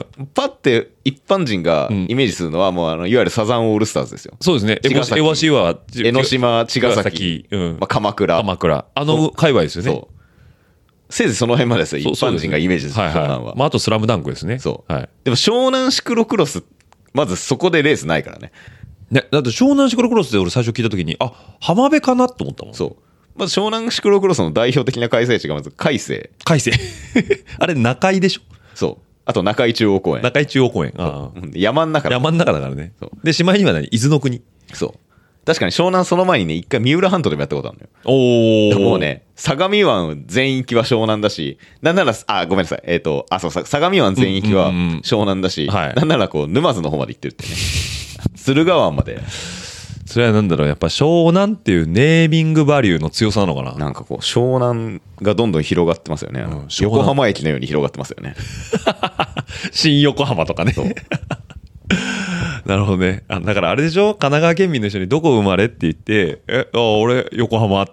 パッて一般人がイメージするのはもういわゆるサザンオールスターズですよ。 そうですね。江橋は江ノ島、茅ヶ崎、まあ、鎌倉、 界隈ですよね。そう。 せいぜいその辺までですよ、一般人がイメージする湘南は。 まあ、あとスラムダンクですね。 そう。でも湘南シクロクロス、まずそこでレースないからね。 ね、だって湘南シクロクロスで俺最初聞いたときに、あ、浜辺かなと思ったもん。 そう。まず湘南シクロクロスの代表的な開催地がまず海星。 あれ中井でしょ。 そう。あと中井中央公園。 中井中央公園。 山ん中だからね。で、しまいには伊豆の国。 そう。確かに湘南その前にね、一回三浦半島でもやったことあるのよ。 おー。 もうね、相模湾全域は湘南だし、なんなら、ごめんなさい。そう、相模湾全域は湘南だし、なんならこう、沼津の方まで行ってるってね。駿河湾まで。 それはなんだろう、やっぱ湘南っていうネーミングバリューの強さなのかな。 なんかこう湘南がどんどん広がってますよね。横浜駅のように広がってますよね。 新横浜とかね。なるほどね。だからあれでしょ、神奈川県民の人にどこ生まれって言って、俺横浜って、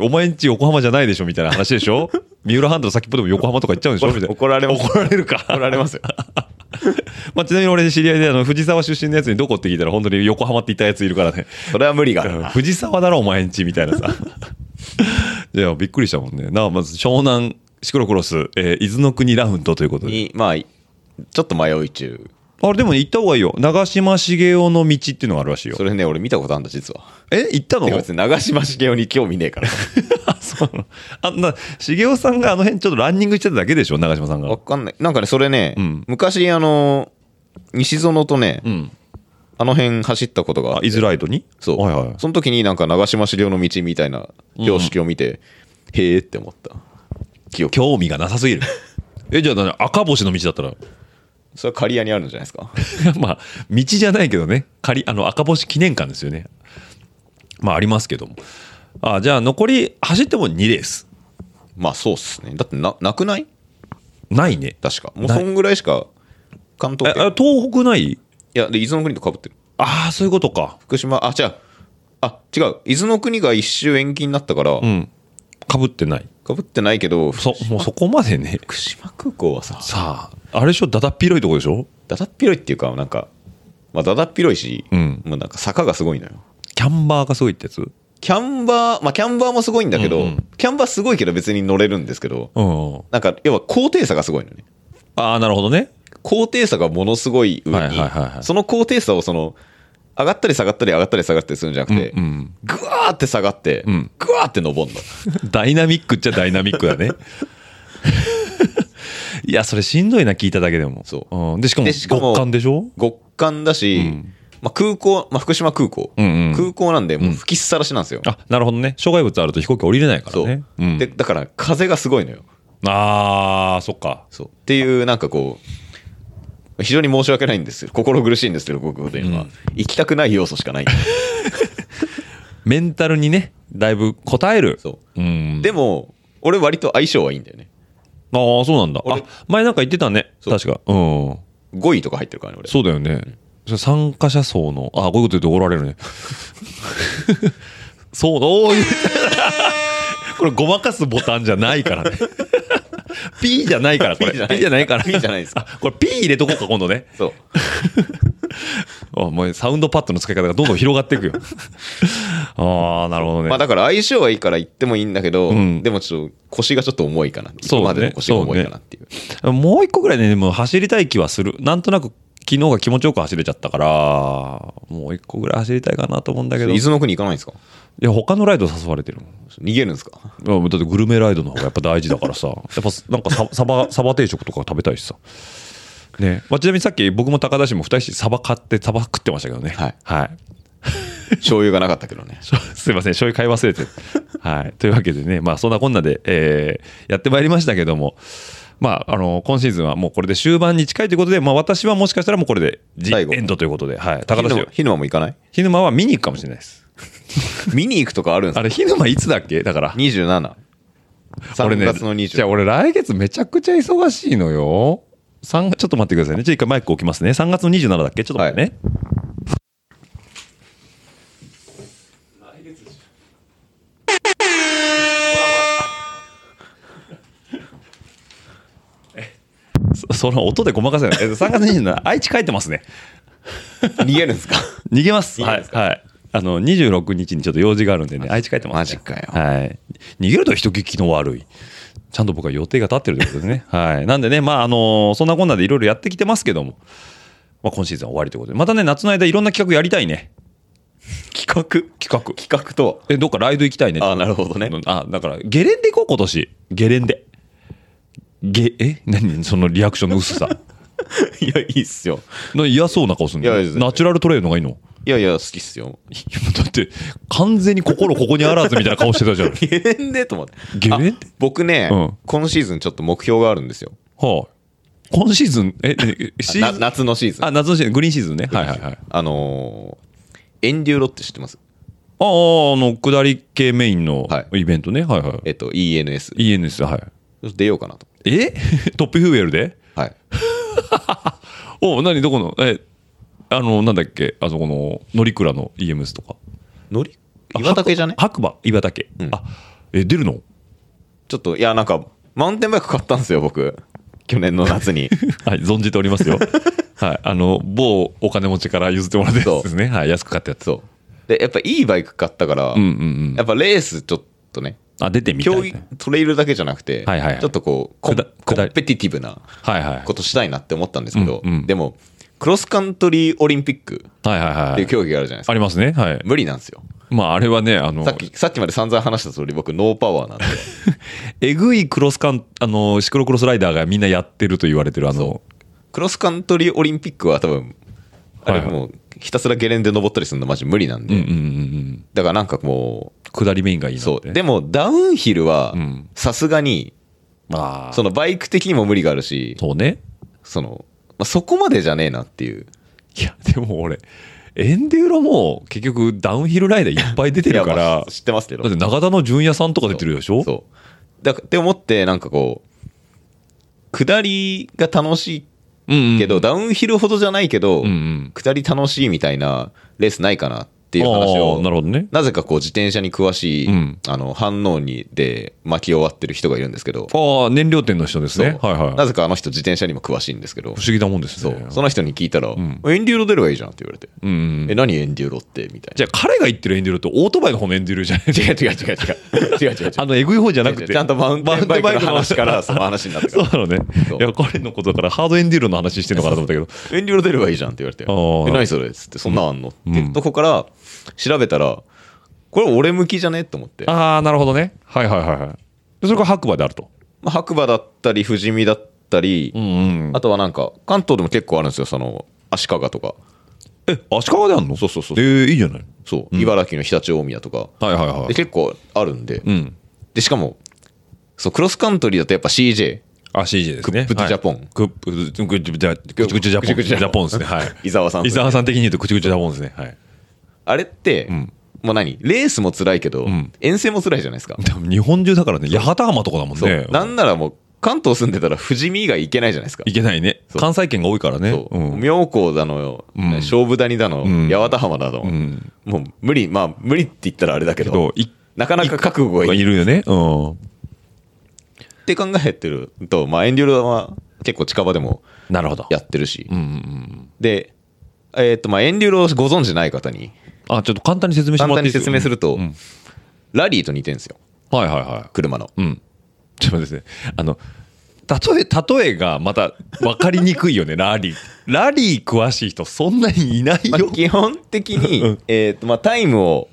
お前んち横浜じゃないでしょみたいな話でしょ。三浦半島先っぽでも横浜とか言っちゃうんでしょみたいな。 怒られます。 怒られるか。 怒られますよ。 まあ、ちなみに俺知り合いで藤沢出身のやつにどこって聞いたら本当に横浜って言ったやついるからね。 それは無理があるな。 藤沢だろお前んちみたいなさ。いやびっくりしたもんね。まず湘南シクロクロス、伊豆の国ラウンドということで、 まあちょっと迷い中。 あれでも行った方がいいよ。長嶋茂雄の道っていうのがあるらしいよ。 それね、俺見たことあるんだ実は。 行ったの？ 別に長嶋茂雄に興味ねえから。 そうなの。茂雄さんがあの辺ちょっとランニングしてただけでしょ、長嶋さんが。 わかんない。なんかね、それね、昔西園とね、あの辺走ったことがあって。 イズライドに？ そう。その時になんか長嶋茂雄の道みたいな標識を見て、へーって思った。 興味がなさすぎる。じゃあ赤星の道だったら。 それは刈谷にあるんじゃないですか。 まあ道じゃないけどね、赤星記念館ですよね。まあありますけども、 じゃあ残り走っても2レース。 まあそうっすね。だってなくない？ ないね。 確か。もうそんぐらいしか関東圏。 東北ない？ いや、で、伊豆の国と被ってる。 そういうことか。 福島、違う。伊豆の国が一周延期になったから。 被ってない。 被ってないけど、 もうそこまでね。 福島空港はさあれでしょ、だだっ広いとこでしょ？ だだっ広いっていうか、なんか、まあ、だだっ広いし、もうなんか坂がすごいのよ。 キャンバーがすごいってやつ？ キャンバーもすごいんだけど、キャンバーすごいけど別に乗れるんですけど、なんか、要は高低差がすごいのね。 なるほどね。 高低差がものすごい上に、その高低差を上がったり下がったり上がったり下がったりするんじゃなくて、ぐわーって下がって、ぐわーって登んの。 ダイナミックっちゃダイナミックだね。いや、それしんどいな、聞いただけでも。 そう。 で、しかも極寒でしょ？ 極寒だし、空港、福島空港。空港なんで、もう吹きっさらしなんですよ。 なるほどね。障害物あると飛行機降りれないからね。 で、だから風がすごいのよ。 そっか。 そう。っていう、なんかこう、非常に申し訳ないんですよ。心苦しいんですけど、僕というのは。行きたくない要素しかない。 メンタルにね、だいぶ応える。 そう。でも、俺割と相性はいいんだよね。 そうなんだ。前なんか言ってたね。確か。 5位とか入ってるからね、俺。 そうだよね。参加者層の、こういうこと言うと怒られるね。そうだ、これごまかすボタンじゃないからね。P じゃないから、これ。P じゃないから。 P じゃないですか。 これ P 入れとこうか、今度ね。 そう。 もうサウンドパッドの使い方がどんどん広がっていくよ。なるほどね。 だから相性はいいから言ってもいいんだけど、でもちょっと腰がちょっと重いかな。今までの腰が重いかなっていう。 もう一個ぐらいね、でも走りたい気はする。なんとなく昨日が気持ちよく走れちゃったから、もう一個ぐらい走りたいかなと思うんだけど。 伊豆の国行かないんですか？ いや、他のライド誘われてるもん。 逃げるんですか？ だってグルメライドの方がやっぱ大事だからさ。やっぱなんかサバ定食とか食べたいしさ。ね。ちなみにさっき僕も高田市も2人してサバ買ってサバ食ってましたけどね。はい。 醤油がなかったけどね。 すいません、醤油買い忘れて。はい。というわけでね、そんなこんなで、やってまいりましたけども、今シーズンはもうこれで終盤に近いということで、私はもしかしたらもうこれでエンドということで、はい。高田市。 涸沼も行かない？ 涸沼は見に行くかもしれないです。 見に行くとかあるんですか？ あれ、涸沼いつだっけ？だから。 27。3月の27。 じゃあ俺来月めちゃくちゃ忙しいのよ。ちょっと待ってくださいね。一回マイク置きますね。3月の27だっけ？ちょっと待ってね。その音でごまかせない。3月27、愛知帰ってますね。 逃げるんですか？ 逃げます。はい。26日にちょっと用事があるんでね、愛知帰ってます。 マジかよ。 はい。逃げると人聞きの悪い。ちゃんと僕は予定が立ってるということでね。はい。なんでね、そんなこんなでいろいろやってきてますけども、今シーズンは終わりということで、またね、夏の間いろんな企画やりたいね。企画とはどっかライド行きたいね。 なるほどね。 だからゲレンデ行こう、今年。ゲレンデ。何そのリアクションの薄さ。 いや、いいっすよ。 嫌そうな顔するの。ナチュラルトレイルのがいいの？ いや、好きっすよ。 だって完全に心ここにあらずみたいな顔してたじゃん。 ゲレンデと思って。 ゲレンデ？ 僕ね、今シーズンちょっと目標があるんですよ。 今シーズン夏のシーズン。 夏のシーズン、グリーンシーズンね。はい。 エンデューロって知ってます？ 下り系メインのイベントね。はい。ENS。はい。 出ようかなと。 トップフューエルで？ はい。 どこのなんだっけ、あそこの乗鞍の EMS とか。 岩岳じゃね？ 白馬岩岳。出るの？ ちょっと、いや、なんか、マウンテンバイク買ったんですよ、僕。去年の夏に。 はい、存じておりますよ。はい。某お金持ちから譲ってもらったやつですね。はい、安く買ったやつ。 そう。で、やっぱいいバイク買ったから、やっぱレースちょっとね、 出てみたい。 競技、トレイルだけじゃなくて、ちょっとこう、コンペティティブなことしたいなって思ったんですけど、でも、クロスカントリーオリンピックっていう競技があるじゃないですか。 ありますね。はい。 無理なんですよ。 あれはね、 さっきまで散々話した通り、僕、ノーパワーなんで。 えぐいシクロクロスライダーがみんなやってると言われてるクロスカントリーオリンピックは多分、あれもう、ひたすらゲレンデ登ったりするのマジ無理なんで。だからなんかもう、 下りメインがいいなって。 そう。でも、ダウンヒルは、さすがに、そのバイク的にも無理があるし、 そうね。 そこまでじゃねえなっていう。 いや、でも俺、 エンデューロも結局ダウンヒルライダーいっぱい出てるから知ってますけど、 だって中田の純也さんとか出てるでしょ。 そうだって思って、なんかこう下りが楽しいけど、ダウンヒルほどじゃないけど、下り楽しいみたいなレースないかなっていう話を、 なるほどね、 なぜかこう自転車に詳しい、反応にで巻き終わってる人がいるんですけど、 燃料店の人ですね。はいはい。 なぜかあの人自転車にも詳しいんですけど、 不思議なもんですね。 その人に聞いたら、エンデューロ出ればいいじゃんって言われて、何エンデューロってみたいな。 じゃあ彼が言ってるエンデューロってオートバイの方のエンデューロじゃない？違うエグい方じゃなくて、 ちゃんとマウンテンバイクの話からその話になってから。 そうなのね。いや彼のことだからハードエンデューロの話してんのかなと思ったけど、 エンデューロ出ればいいじゃんって言われて、何それっつって、そんなんあんのってとこから調べたら、これ俺向きじゃねって思って。 ああ、なるほどね。はいはいはいはい。それが白馬であると。 白馬だったり富士見だったり、あとはなんか関東でも結構あるんですよ、その足利とか。 足利であんの？そうそうそう。いいじゃない。 そう、茨城の常陸大宮とか、で結構あるんで、でしかもそうクロスカントリーだとやっぱ CJ。 CJ ですね。 クップジャポン。 クップジャポンですね。はい。 伊沢さん的に言うとクチクチジャポンですね。はい。 あれって、もうレースも辛いけど、遠征も辛いじゃないですか。 でも日本中だからね、八幡浜とかだもんね。 なんならもう関東住んでたら富士見以外行けないじゃないですか。 行けないね。関西圏が多いからね。 妙高だの、勝負谷だの、八幡浜だの、もう無理って言ったらあれだけど、なかなか覚悟がいるよね。 って考えてると、エンデューロは結構近場でもやってるし、で、エンデューロをご存知ない方に、 ちょっと簡単に説明してもらっていいですか？ 簡単に説明すると、ラリーと似てるんですよ。 はいはいはい。 車の。 ちょっと待ってですね。例えがまた分かりにくいよね、ラリー詳しい人そんなにいないよ。 基本的に、タイムを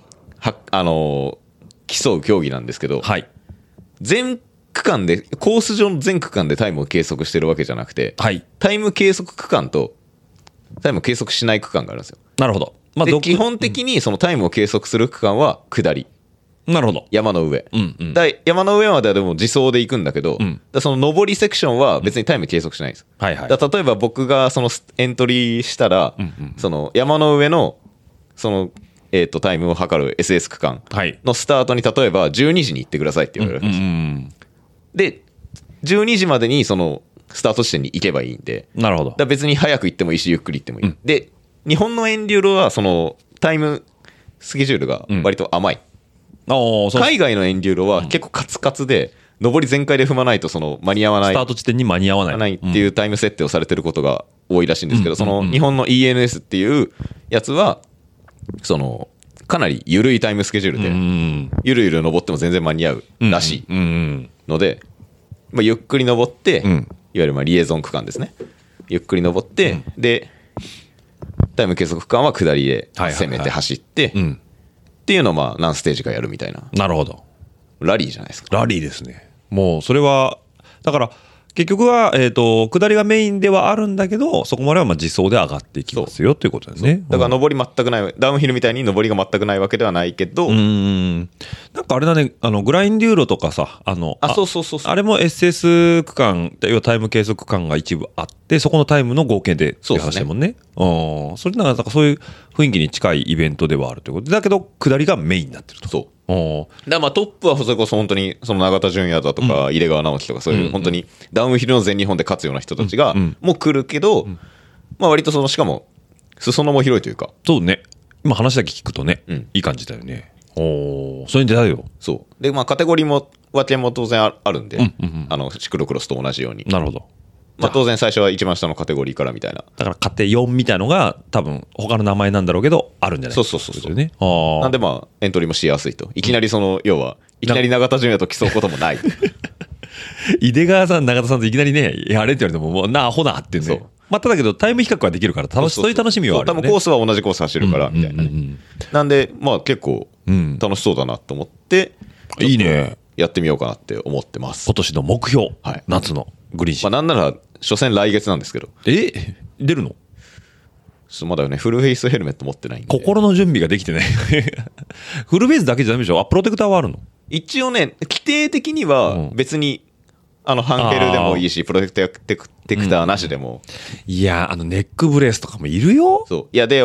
競う競技なんですけど、全区間で、コース上の全区間でタイムを計測してるわけじゃなくて、タイム計測区間とタイムを計測しない区間があるんですよ。 なるほど。 で基本的にそのタイムを計測する区間は下り。 なるほど。 山の上。山の上まではでも自走で行くんだけど、その上りセクションは別にタイム計測しないんです。例えば僕がそのエントリーしたら、その山の上のそのタイムを測る SS 区間のスタートに例えば12時に行ってくださいって言われるんです。で、12時までにそのスタート地点に行けばいいんで、 なるほど。 だ別に早く行ってもいいし、ゆっくり行ってもいい。で、日本のエンデューロはそのタイムスケジュールが割と甘い。海外のエンデューロは結構カツカツで、上り全開で踏まないとその間に合わない。 スタート地点に間に合わない。 っていうタイム設定をされてることが多いらしいんですけど、その日本の ENS っていうやつは、その、かなり緩いタイムスケジュールで、ゆるゆる登っても全然間に合うらしいので、ゆっくり登って、いわゆるリエゾン区間ですね。ゆっくり登って、で、タイム計測区間は下りで攻めて走って、っていうのを何ステージかやるみたいな。 なるほど。 ラリーじゃないですか。 ラリーですね。もうそれはだから結局は下りがメインではあるんだけど、そこまでは自走で上がっていきますよということですね。 だから上り全くない、ダウンヒルみたいに上りが全くないわけではないけど、 なんかあれだね、グラインデューロとかさ、 そうあれも SS 区間、要はタイム計測区間が一部あって、そこのタイムの合計でっていう話だもんね。それなんかそういう雰囲気に近いイベントではあるということだけど、下りがメインになってると。 そう。だからトップはそれこそ本当にその永田純也だとか井出川直樹とかそういう本当にダウンヒルの全日本で勝つような人たちがもう来るけど、割とそのしかも裾野も広いというか、 そうね、今話だけ聞くとね、いい感じだよね。それに出たよ。 そうで、カテゴリーも分けも当然あるんで、シクロクロスと同じように。 なるほど。 当然最初は一番下のカテゴリーからみたいな。 だからカテ4みたいのが多分他の名前なんだろうけどあるんじゃないですか。 そうね。なんでエントリーもしやすいと。いきなり要はいきなり永田純也と競うこともない。 井出川さん永田さんといきなりねやれって言われてももうアホなってね。ただけどタイム比較はできるからそういう楽しみはあるよね。 多分コースは同じコース走るからみたいなね。なんで結構楽しそうだなと思って、 いいね。 やってみようかなって思ってます。 今年の目標、夏のグリーンシー。 なんなら初戦来月なんですけど。 出るの？ まだね、フルフェイスヘルメット持ってないんで。 心の準備ができてない。フルフェイスだけじゃダメでしょ？プロテクターはあるの？ 一応ね、規定的には別に、ハンケルでもいいし、プロテクターなしでも。 いや、ネックブレースとかもいるよ。 そう。いや、で、俺、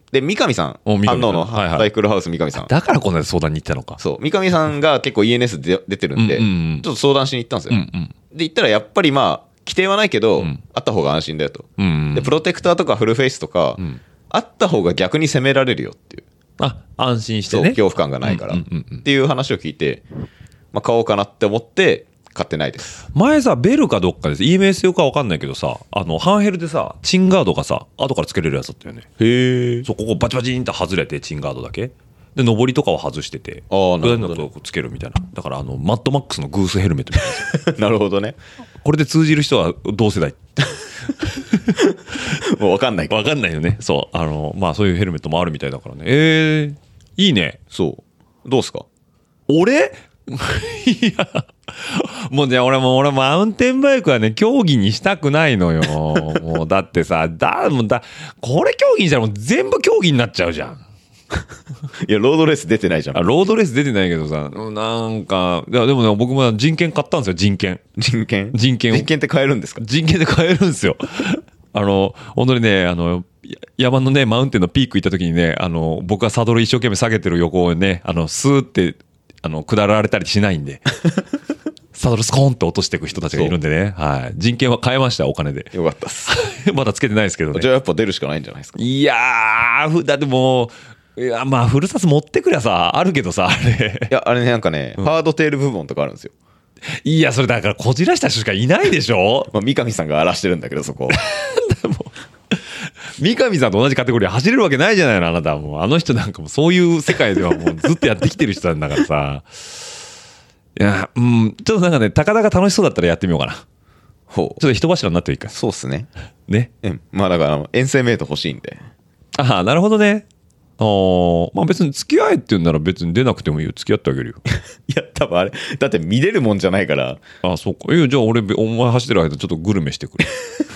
で三上さん、 三上さん反応のはいはいサイクルハウス三上さん、 だからこんな相談に行ったのか。 そう三上さんが結構 ENS で出てるんで、 うんうんうんちょっと相談しに行ったんですよ、 うんうんで行ったらやっぱりまあ規定はないけど、 んあった方が安心だよと、 うんうんでプロテクターとかフルフェイスとか、 んあった方が逆に攻められるよっていう、 あ、安心してそうね。 恐怖感がないから、 うんうんうんうんっていう話を聞いて、まあ、買おうかなって思って買ってないです。 前さ、ベルかどっかです EMS 用か分かんないけどさ、ハンヘルでさ、チンガードがさ、後からつけれるやつだったよね。 へえ。 そう、ここバチバチンって外れて、チンガードだけで、上りとかは外してて、 あーなるほどね上になるとつけるみたいな。だからマッドマックスのグースヘルメットみたいなやつなるほどね。 これで通じる人は同世代もう分かんないから分かんないよね。そうまあそういうヘルメットもあるみたいだからね。いいね。 そうどうすか。 俺いやもうじゃあ俺マウンテンバイクはね競技にしたくないのよ。もうだってさこれ競技にしたらもう全部競技になっちゃうじゃん。 いやロードレース出てないじゃん。 ロードレース出てないけどさ、なんかいやでもね僕も人権買ったんですよ。人権って買えるんですか。 人権で買えるんですよ。本当にね山のねマウンテンのピーク行った時にね僕がサドル一生懸命下げてる横をねスーって下られたりしないんでサドルスコーンって落としていく人たちがいるんでね、はい、人権は買えましたお金で。 よかったっすまだつけてないですけどね。 じゃあやっぱ出るしかないんじゃないですか。 いやーだってもういやまあフルサス持ってくりゃさあるけどさあれいやあれねなんかね、ハードテール部門とかあるんですよ。 いやそれだからこじらした人しかいないでしょまあ三上さんが荒らしてるんだけどそこ三上さんと同じカテゴリー走れるわけないじゃないのあなたは。もうあの人なんかもうそういう世界ではもうずっとやってきてる人なんだからさいやちょっとなんかね高田が楽しそうだったらやってみようかな。 ほうちょっと人柱になってもいいか。 そうっすね。 ね。 まあだから遠征メイト欲しいんで。 ああなるほどね。まあ別に付き合えって言うんなら別に出なくてもいいよ。付き合ってあげるよ。 いや多分あれだって見れるもんじゃないから。 ああそうか。じゃあ俺お前走ってる間ちょっとグルメしてくる。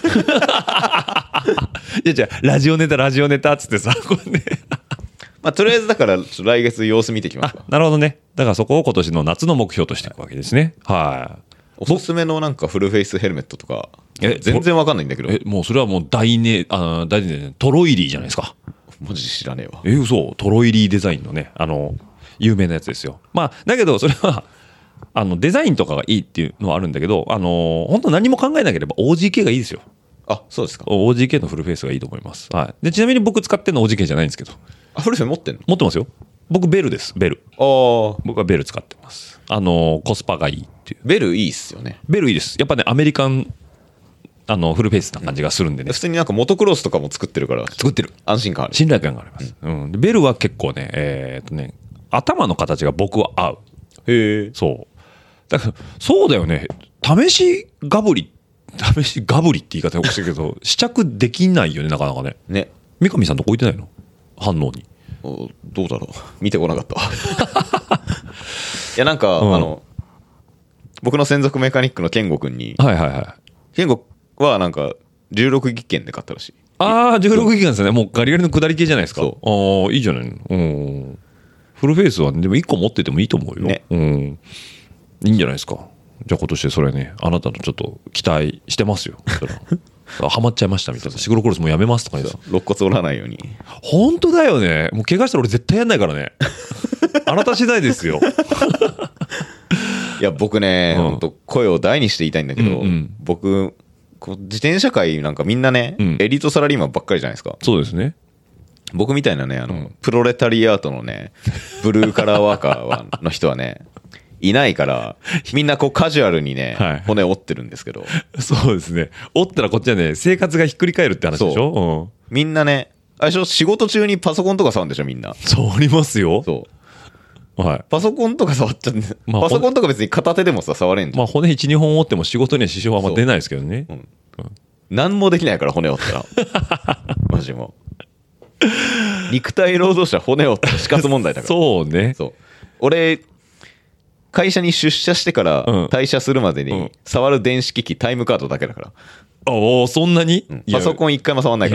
いやじゃあラジオネタっつってさこれねまあとりあえずだから来月様子見てきますか。 なるほどね。だからそこを今年の夏の目標としていくわけですね。はい。 おすすめのなんかフルフェイスヘルメットとか全然わかんないんだけど。 もうそれはもう大ねトロイリーじゃないですか。 マジ知らねえわ。 嘘。トロイリーデザインのね有名なやつですよ。まあだけどそれはデザインとかがいいっていうのはあるんだけど本当何も考えなければ OGK がいいですよ。 あそうですか。 OGK のフルフェイスがいいと思います。はい。でちなみに僕使ってるの OGK じゃないんですけど。 フルフェイス持ってんの。 持ってますよ。僕ベルです。ベル。僕はベル使ってます。コスパがいいっていう。 ベルいいっすよね。 ベルいいです。やっぱねアメリカンフルフェイスな感じがするんでね。 普通になんかモトクロスとかも作ってるから作ってる。 安心感ある。 信頼感があります。でベルは結構ね頭の形が僕は合う。 へえ。 そうだからそうだよね。試しガブリって言い方おかしいけど試着できないよねなかなかね。 ね。 三上さんとこ置いてないの反応に。 どうだろう見てこなかったいやなんか、僕の専属メカニックの健吾君に、健吾はなんか16ギ券で買ったらしい。 ああ16ギガですね。もうガリガリの下り系じゃないですか。いいじゃないの。フルフェイスはでも1個持っててもいいと思うよ。ね、いいんじゃないですか。じゃあ今年それねあなたのちょっと期待してますよ。ハマっちゃいましたみたいな。シグロクロスもうやめますとか言って肋骨折らないように。 本当だよね。もう怪我したら俺絶対やんないからね。あなた次第ですよ。 いや僕ね、本当声を大にして言いたいんだけど、僕自転車界なんかみんなね、エリートサラリーマンばっかりじゃないですか。 そうですね。 僕みたいなねプロレタリアートのねブルーカラーワーカーの人はねいないからみんなこうカジュアルにね、骨折ってるんですけど。 そうですね。折ったらこっちはね生活がひっくり返るって話でしょ。 みんなねあれでしょ仕事中にパソコンとか触るんでしょみんな。 触りますよ。 パソコンとか触っちゃって、パソコンとか別に片手でもさ触れんじゃん。 骨 1,2 本折っても仕事には支障はあんま出ないですけどね。 何もできないから骨折ったらマジも肉体労働者骨折ったら死活問題だから。 そうね。 俺会社に出社してから退社するまでに触る電子機器タイムカードだけだから。 そんなに、 パソコン一回も触んないから。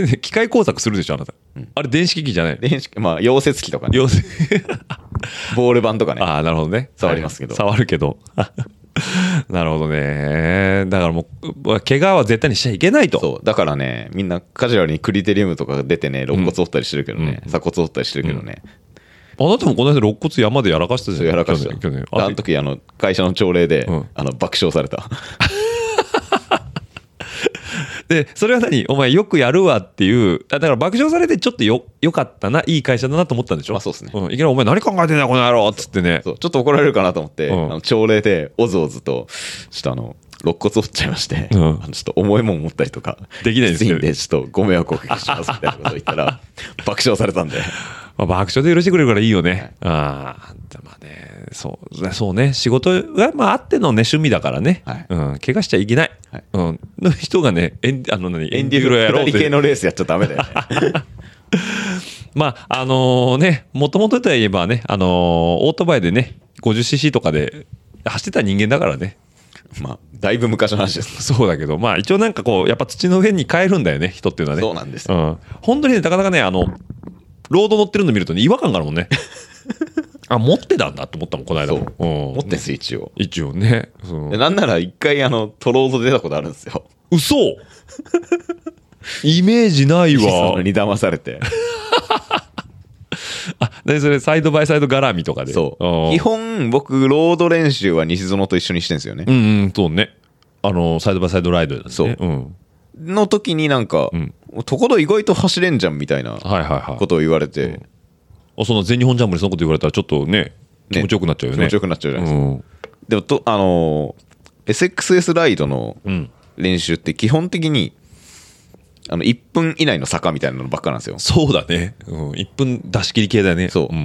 機械工作するでしょあなた、あれ電子機器じゃない。 溶接機とかねボール板とかね。 なるほどね。 触りますけど、 触るけどなるほどね。だからもう怪我は絶対にしちゃいけないと。 そうだからね、みんなカジュアルにクリテリウムとか出てね、肋骨折ったりしてるけどね、鎖骨折ったりしてるけどね、 あなたもこの間肋骨山でやらかしたじゃん。 やらかした去年あの時会社の朝礼で、爆笑されたでそれはお前よくやるわっていう、だから爆笑されてちょっとよかったな、いい会社だなと思ったんでしょ。 まあそうですね、 いきなりお前何考えてんだよこの野郎っつってね。 そうちょっと怒られるかなと思って、朝礼でおずおずとちょっと肋骨折っちゃいまして、ちょっと重いもん持ったりとかできないんですけど、 きついんでちょっとご迷惑をおかけしますみたいなことを言ったら爆笑されたんでまあ、爆笑で許してくれるからいいよね。はい、まあね、そうね、仕事があってのね趣味だからね、はい、怪我しちゃいけない、はい、の人がねエンデューロやろうって下り系のレースやっちゃダメだよね。 まあね、もともとといえばね、オートバイでね 50cc とかで走ってた人間だからね。 まあだいぶ昔の話です。 そうだけど、まあ一応なんかこうやっぱ土の上に帰るんだよね、人っていうのはね。 そうなんですよ。 本当にね、なかなかねロード乗ってるの見るとね違和感があるもんね。あ、持ってたんだと思ったもんこの間も。 持ってんすよ一応ね。 なんなら一回トロード出たことあるんですよ。 嘘。イメージないわ。 に騙されて。 あ、でそれサイドバイサイド絡みとかで。 そう。基本僕ロード練習は西園と一緒にしてんですよね。 そうね。サイドバイサイドライドだね。 そう。の時になんか、ところ意外と走れんじゃんみたいなことを言われて、 その全日本ジャンボにそのこと言われたらちょっとね気持ちよくなっちゃうよね。 気持ちよくなっちゃうじゃないですか。でもSXS ライドの練習って基本的に1分以内の坂みたいなのばっかなんですよ。 そうだね、1分出し切り系だね。 そう、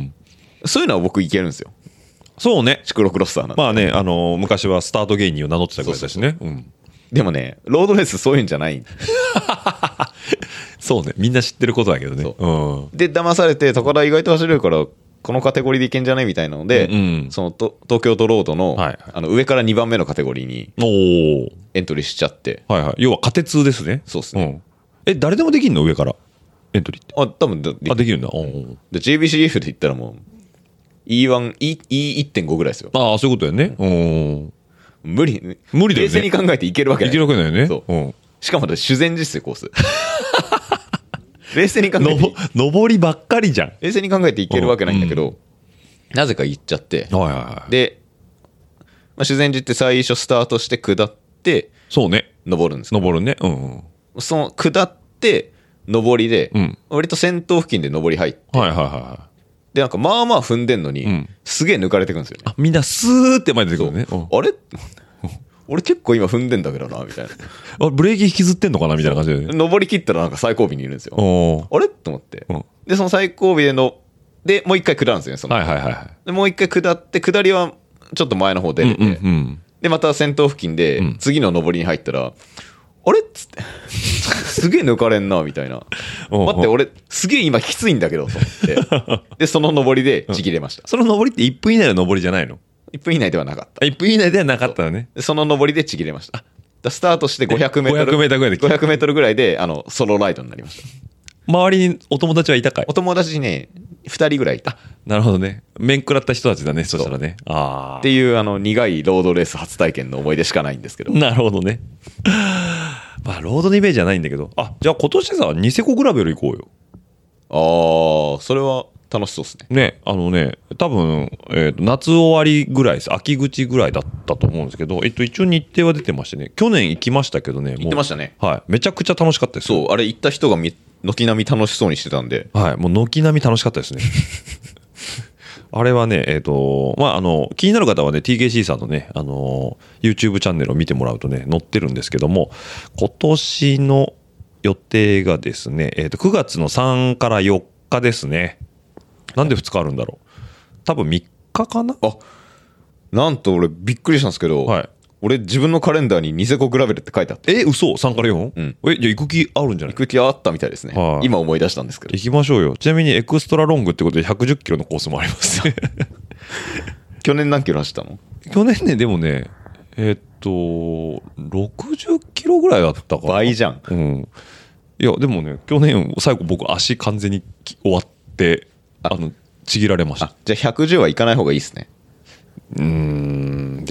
そういうのは僕いけるんですよ。 そうね、 シクロクロスターなんで。 まあね、昔はスタート芸人を名乗ってたぐらいだしね。 でもね、ロードレースそういうんじゃない。 そうね、みんな知ってることだけどね。 で騙されて高田意外と走れるからこのカテゴリーでいけんじゃねみたいなので、その東京都ロードの、上から2番目のカテゴリーにエントリーしちゃって、 要はカテツーですね。 そうですね。 誰でもできるの上からエントリーって。 多分できるんだ。 で JBCF で言ったらもう E1E1.5 ぐらいですよ。 ああ、そういうことだよね。無理だよね。 冷静に考えていけるわけない。 いけるわけだよね。 そう。しかも修善寺っすよコース。冷静に考えて上りばっかりじゃん。 冷静に考えていけるわけないんだけど、なぜか行っちゃって、で、修善寺って最初スタートして下って、 そうね、 登るんです登るね。 その下って上りで、割と先頭付近で上り入って、でなんかまあまあ踏んでんのに、すげえ抜かれてくんですよね。 みんなスーって前に出てくるね。 あれ俺結構今踏んでんだけどなみたいな。 ブレーキ引きずってんのかなみたいな感じで、 登り切ったらなんか最後尾にいるんですよ。あれと思って、でその最後尾でもう一回下るんですよね。でもう一回下って下りはちょっと前の方出れて、でまた先頭付近で次の上りに入ったら、あれっつってすげえ抜かれんなみたいな。待って俺すげえ今きついんだけどと思ってでその上りでちぎれました。 その上りって1分以内の上りじゃないの ？1分以内ではなかった。 1分以内ではなかったね。 その上りでちぎれました。スタートして500メートルぐらいでソロライドになりました。 周りにお友達はいたかい？ お友達ね2人ぐらいいた。 なるほどね。面食らった人たちだね。そしたらね。 っていう苦いロードレース初体験の思い出しかないんですけど。 なるほどね。まあロードのイメージじゃないんだけど、じゃあ今年さニセコグラベル行こうよ。それは楽しそうですね。多分、夏終わりぐらいです。秋口ぐらいだったと思うんですけど、一応日程は出てましてね、去年行きましたけどね。 行ってましたね。 めちゃくちゃ楽しかったです。 そう、あれ行った人が軒並み楽しそうにしてたんで。 もう軒並み楽しかったですね。あれはね、気になる方はね、TKC さんのね、YouTube チャンネルを見てもらうとね、載ってるんですけども、今年の予定がですね、9月の3から4日ですね。なんで2日あるんだろう。多分3日かな。 なんと俺びっくりしたんですけど、俺自分のカレンダーにニセコグラベルって書いてあって。 嘘 ?3 から 4？ じゃあ行く気あるんじゃない？ 行く気あったみたいですね。今思い出したんですけど。 行きましょうよ。ちなみにエクストラロングってことで110キロのコースもありますね。 去年何キロ走ったの？ 去年ね、でもね、60キロぐらいだったかな。 倍じゃん。 いや、でもね、去年最後僕足完全に終わって、ちぎられました。 じゃあ110はいかない方がいいですね。 で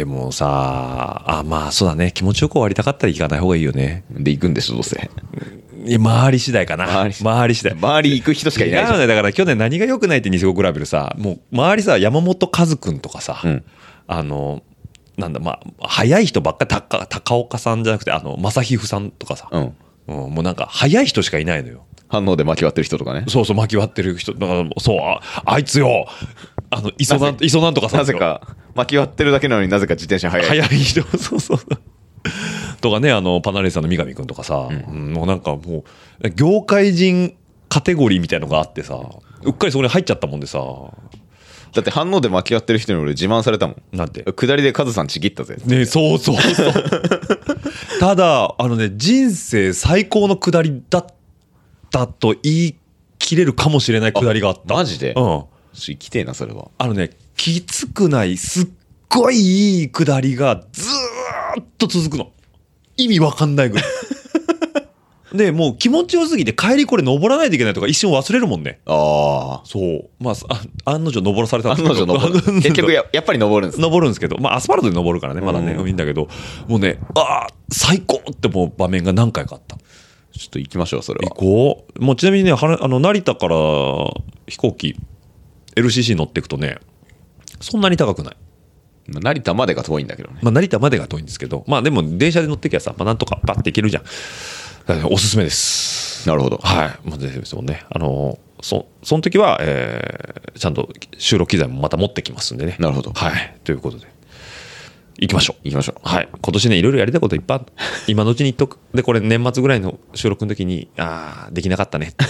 でもさまあそうだね、気持ちよく終わりたかったら行かない方がいいよね。 で行くんでしょどうせ。 いや周り次第かな。周り次第。 周り行く人しかいないじゃん。 ね、だから去年何が良くないってニセコグラベルさ、もう周りさ山本和君とかさ、なんだ早い人ばっかり、高岡さんじゃなくて正皮膚さんとかさ、もうなんか早い人しかいないのよ。 反応で巻き割ってる人とかね。 そう巻き割ってる人だからそうあいつよ磯なんとかさなぜか巻き割ってるだけなのになぜか自転車速い人そうとかねパナレーさんの三上君とかさ、もうなんかもう業界人カテゴリーみたいのがあってさ、うっかりそこに入っちゃったもんでさ。 だって反応で巻き割ってる人に俺自慢されたもん。 なんて下りでカズさんちぎったぜね。そうただ人生最高の下りだったと言い切れるかもしれない下りがあった。 マジで？ 行きてえなそれは。 きつくないすっごいいい下りがずーっと続くの。意味わかんないぐらいでもう気持ちよすぎて帰りこれ登らないといけないとか一瞬忘れるもんね。そう案の定登らされたんですけど結局やっぱり登るんです。 登るんですけどアスファルトで登るからねまだねいいんだけど、もうね最高ってもう場面が何回かあった。 ちょっと行きましょうそれは。 行こう。もうちなみにね成田から飛行機 LCC 乗っていくとねそんなに高くない。 成田までが遠いんだけどね。 成田までが遠いんですけどでも電車で乗ってきゃさなんとかパッて行けるじゃん。おすすめです。 なるほど。 ぜひですもんね。その時は、ちゃんと収録機材もまた持ってきますんでね。 なるほど。 ということで行きましょう。 今年ねいろいろやりたいこといっぱいある。今のうちに言っとく。でこれ年末ぐらいの収録の時にできなかったね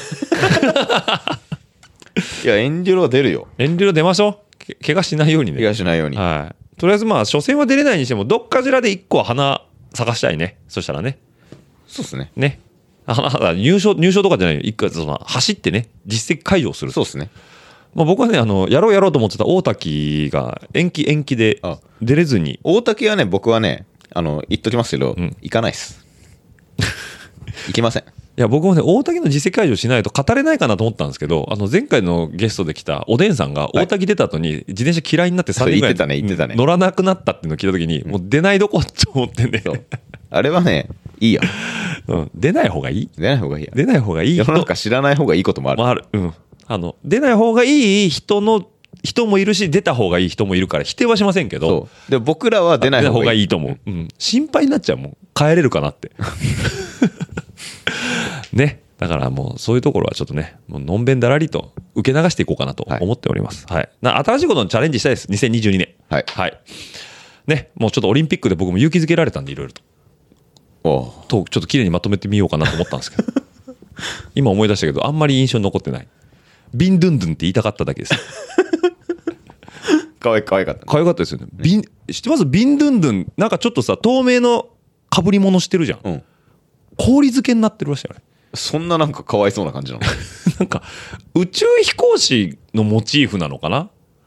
いやエンデュロは出るよ。 エンデュロ出ましょう。怪我しないようにね。 怪我しないように。 とりあえず初戦は出れないにしてもどっかしらで1個は花咲かしたいね。そしたらね。 そうですね。 入賞とかじゃないよ。一回走ってね実績解除をする。 そうですね。 僕はねやろうと思ってた大滝が延期で出れずに。 大滝はね僕はね言っときますけど、行かないっす行きません。 いや僕もね大滝の実績解除しないと語れないかなと思ったんですけど前回のゲストで来たおでんさんが大滝出た後に自転車嫌いになって3年ぐらい乗らなくなったっていうのを聞いた時にもう出ないどこって思ってね。 あれはねいいや、 出ない方がいい。 出ない方がいいや。 出ない方がいい。 世の中知らない方がいいこともある。 出ない方がいい人もいるし出た方がいい人もいるから否定はしませんけど、 で僕らは出ない方がいいと思う。心配になっちゃうもん。帰れるかなってね。だからもうそういうところはちょっとねもうのんべんだらりと受け流していこうかなと思っております。新しいことにチャレンジしたいです。2022年ね。もうちょっとオリンピックで僕も勇気づけられたんでいろいろとちょっと綺麗にまとめてみようかなと思ったんですけど今思い出したけどあんまり印象に残ってない。ビンドゥンドゥンって言いたかっただけです可愛かった、ね、 可愛かったですよね。知ってます？ビンドゥンドゥンなんかちょっとさ透明の被り物してるじゃん、氷漬けになってるらしいあれ。 そんななんかかわいそうな感じなのなんか宇宙飛行士のモチーフなのかな。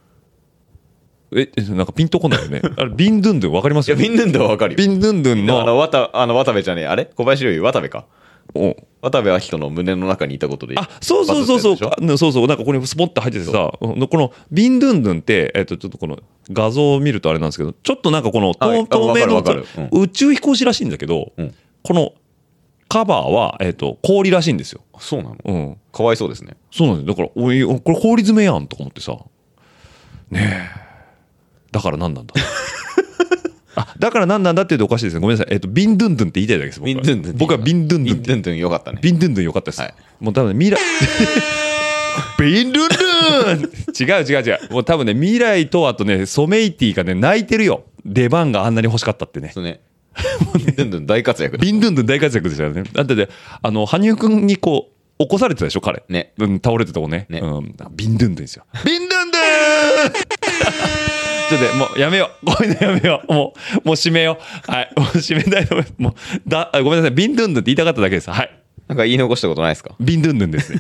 なんかピンとこないよね。あれビンドゥンドゥン分かりますよ、 いやビンドゥンドゥンは分かるよ。 ビンドゥンドゥンの渡部じゃねえあれ小林陵侑渡部か。渡部暁斗の胸の中にいたことで。 そうなんかここにスポッと入っててさこのビンドゥンドゥンってちょっとこの画像を見るとあれなんですけどちょっとなんかこの透明の宇宙飛行士らしいんだけど、このカバーは氷らしいんですよ。 そうなの。かわいそうですね。 そうなんです。だからこれ氷詰めやんとか思ってさねえ。だから何なんだだから何なんだって言うとおかしいですね。ごめんなさい。ビンドゥンドゥンって言いたいだけです。僕はビンドゥンドゥン。 ビンドゥンドゥンよかったね。 ビンドゥンドゥンよかったです。もう多分ね未来ビンドゥンドゥン違う。もう多分ね未来とあとねソメイティがね泣いてるよ。出番があんなに欲しかったってね。 そうね。ビンドゥンドゥン大活躍。 ビンドゥンドゥン大活躍でしたよね。だってね羽生くんにこう起こされてたでしょ彼。 ね。 倒れてたもんね。ビンドゥンドゥンですよ。ビンドゥンドゥンちょっともうやめよう。こういうのやめよう。もう締めよう。はい。もう締めたいと思います。ごめんなさい。ビンドゥンドゥンって言いたかっただけです。はい。 なんか言い残したことないですか？ ビンドゥンドゥンですね。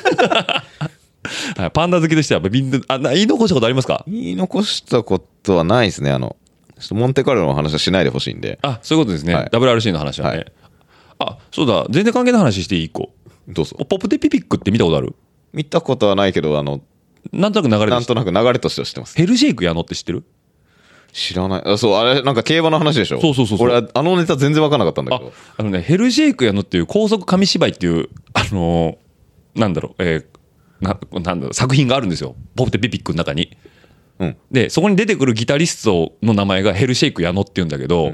はい、パンダ好きとしてはビンドゥン言い残したことありますか？ 言い残したことはないですね。ちょっとモンテカルロの話はしないでほしいんで。 そういうことですね。WRC の話はね。そうだ。全然関係ない話していい子。 どうぞ。 ポプテピピックって見たことある？ 見たことはないけどなんとなく流れとして知ってます。 ヘルシェイク矢野って知ってる？ 知らない。そう、あれ、なんか競馬の話でしょ。 そう。 俺、あのネタ全然分からなかったんだけど。 ヘルシェイクやのっていう高速紙芝居っていう、なんだろう、作品があるんですよ。ポプテピピックの中に。 うん。 で、そこに出てくるギタリストの名前がヘルシェイクやのっていうんだけど、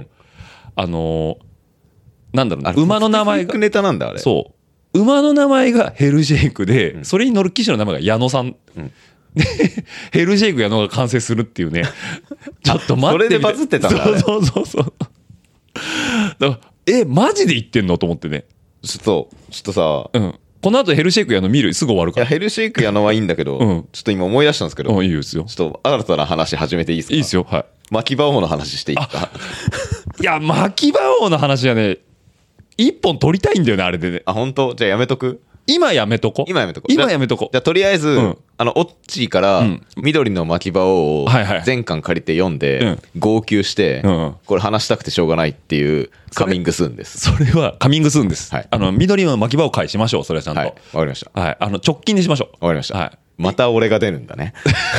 なんだろうね、馬の名前が。 ネタなんだ、あれ。 そう。馬の名前がヘルシェイクで、それに乗る騎手の名前が矢野さん。で、ヘルシェイク矢野が完成するっていうね。ちょっと待って。 それでバズってたんだ。 そう。だからマジで言ってんのと思ってね。 ちょっとさ、 この後ヘルシェイク矢野見るすぐ終わるから。 いや、ヘルシェイク矢野はいいんだけど、ちょっと今思い出したんですけど、 いいですよ。 ちょっと新たな話始めていいですか？ いいですよ。はい。 牧場王の話していいですか？ いや、牧場王の話はね、一本取りたいんだよね、あれでね。 あ、本当？じゃあやめとく？ 今やめとこ。 今やめとこ。 じゃあとりあえず、オッチーから緑の牧場王を全巻借りて読んで、号泣して、これ話したくてしょうがないっていうカミングスーンです。 それはカミングスーンです。緑の牧場王会しましょう、それはちゃんと。 はい、わかりました。 はい。直近にしましょう。 わかりました。はい。また俺が出るんだね。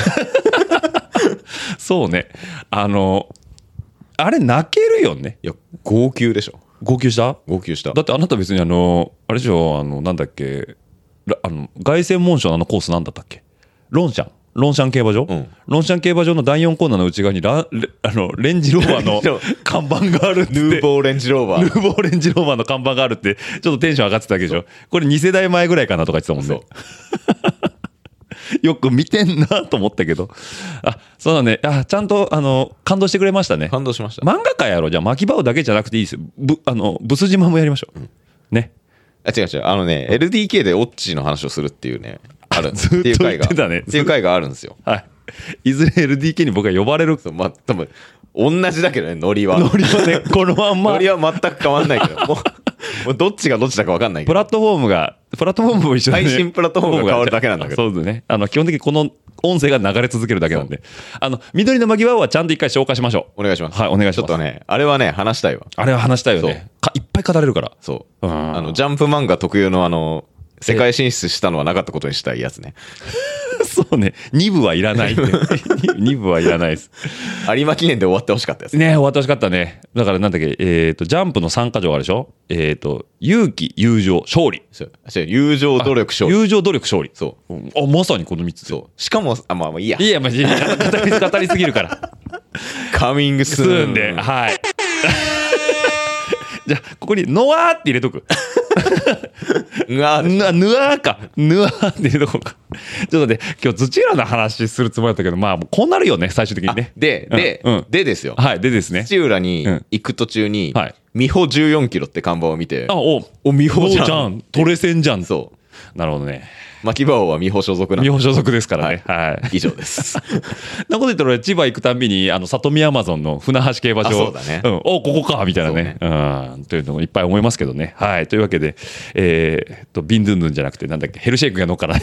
そうね。あれ泣けるよね。 いや、号泣でしょ。 号泣した？ 号泣した。 だってあなた別にあれでしょ、なんだっけ、凱旋門賞のコースなんだったっけ？ロンシャン競馬場、ロンシャン競馬場の第4コーナーの内側にレンジローバーの看板があるって。 ヌーボーレンジローバーの看板があるって、ちょっとテンション上がってたわけでしょ。これ2世代前ぐらいかなとか言ってたもんね。よく見てんなと思ったけど。そうだね。ちゃんと、感動してくれましたね。 感動しました。 漫画界やろう。じゃあ、牧場王だけじゃなくていいですよ。ブス島もやりましょう。ね。 違う。LDK でオッチーの話をするっていうね、ある。 ずっと言ってたね。 っていう回があるんですよ。 はい。いずれ LDK に僕は呼ばれる。 そう、多分、同じだけどね、ノリは。 ね、このまんま。 ノリは全く変わんないけど。もうどっちがどっちだか分かんないけど。 プラットフォームも一緒で、ね、 配信プラットフォームが変わるだけなんだけど。 そうですね。基本的にこの音声が流れ続けるだけなんで。緑の牧場はちゃんと一回消化しましょう。お願いします。 はい、お願いします。 ちょっとね、あれはね、話したいわ。 あれは話したいよね。いっぱい語れるから。 そう。ジャンプ漫画特有の世界進出したのはなかったことにしたいやつね。 そうね。2部はいらない。2部はいらないです。 有馬記念で終わってほしかったですね。終わってほしかったね。だからなんだっけ、ジャンプの3か条あるでしょ。勇気、友情、勝利。 友情、努力、勝利。 友情、努力、勝利。 そう。 まさにこの3つ。 そう。しかも、まあいいや。 いいや、語りすぎるから。 カミングスーンで。はい。じゃあ、ここに、ノワーって入れとく。ヌアーか。ヌアーって入れとこうか。ちょっとね、今日土浦の話するつもりだったけど、まあ、こうなるよね、最終的にね。 でですよ。 はい、でですね。 土浦に行く途中に、美穂14キロって看板を見て、美穂じゃん。 トレセンじゃん。 そう。 なるほどね。 牧場王は美穂所属なんで。 美穂所属ですからね。はい。 以上です。 なこと言ったら俺千葉行くたんびに里見アマゾンの船橋競馬場、 そうだね。 ここかみたいなね。というのもいっぱい思いますけどね。はい。というわけでビンドゥンドゥンじゃなくてなんだっけ、ヘルシェイクが乗っから。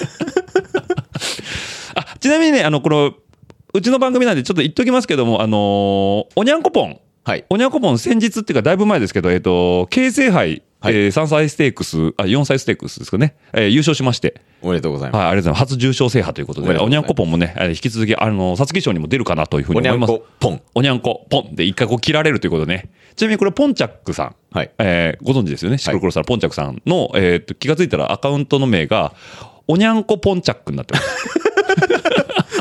ちなみにねこのうちの番組なんでちょっと言っときますけどもおにゃんこポン。 はい。 おにゃんこポン先日っていうかだいぶ前ですけど京成杯3歳ステークス、4歳ステークスですかね、優勝しまして。 おめでとうございます。 はい、ありがとうございます。初重賞制覇ということで、おにゃんこポンもね、引き続き、皐月賞にも出るかなというふうに思います。 おにゃんこポンで一回こう切られるということでね。ちなみにこれ、ポンチャックさん。 はい。 ご存知ですよね。シクロクロスターポンチャックさんの、気がついたらアカウントの名が、おにゃんこポンチャックになってます。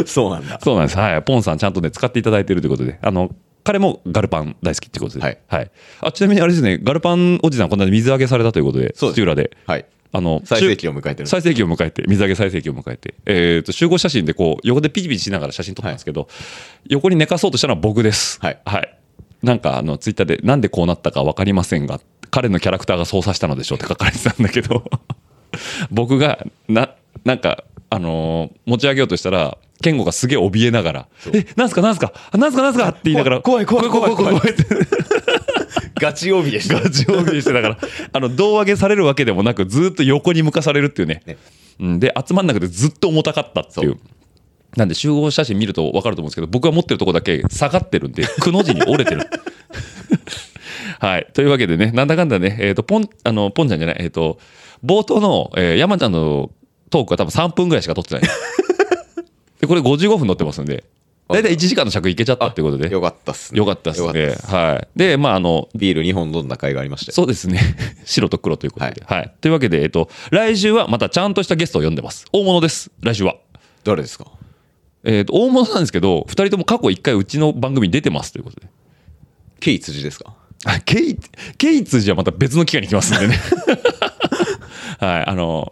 そうなんだ。 そうなんです。はい。ポンさんちゃんとね、使っていただいているということで、彼もガルパン大好きってことで、はい。ちなみにあれですね、ガルパンおじさんこんなに水揚げされたということで、土浦で、 はい。最盛期を迎えてる。 最盛期を迎えて、水揚げ最盛期を迎えて、集合写真でこう横でピチピチしながら写真撮ったんですけど、横に寝かそうとしたのは僕です。 はい。 なんかツイッターでなんでこうなったか分かりませんが、彼のキャラクターが操作したのでしょうって書かれてたんだけど、僕がなんか持ち上げようとしたら。健吾がすげえ怯えながら、なんすかって言いながら、 怖いって。ガチ帯でした。 ガチ帯でして、だから、胴上げされるわけでもなく、ずっと横に向かされるっていうね。で、集まんなくてずっと重たかったっていう。なんで、集合写真見ると分かると思うんですけど、僕が持ってるとこだけ下がってるんで、くの字に折れてる。はい。というわけでね、なんだかんだね、ポンちゃんじゃない、冒頭の、山ちゃんのトークは多分3分ぐらいしか撮ってない。でこれ55分載ってますんで、 大体1時間の尺いけちゃったってことで。 よかったっすね。 よかったっすね。はい。で、まあビール2本飲んだ回がありまして。 そうですね。白と黒ということで。はい。というわけで、来週はまたちゃんとしたゲストを呼んでます。大物です。来週は。 誰ですか？ 大物なんですけど、2人とも過去1回うちの番組に出てますということで。 ケイ辻ですか？ ケイ辻はまた別の機会に来ますんでね。はい、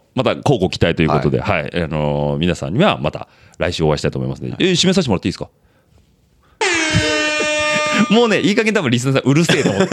また交互期待ということで、はい、皆さんにはまた来週お会いしたいと思いますので、締めさせてもらっていいですか？もうね、いい加減多分リスナーさんうるせえと思って。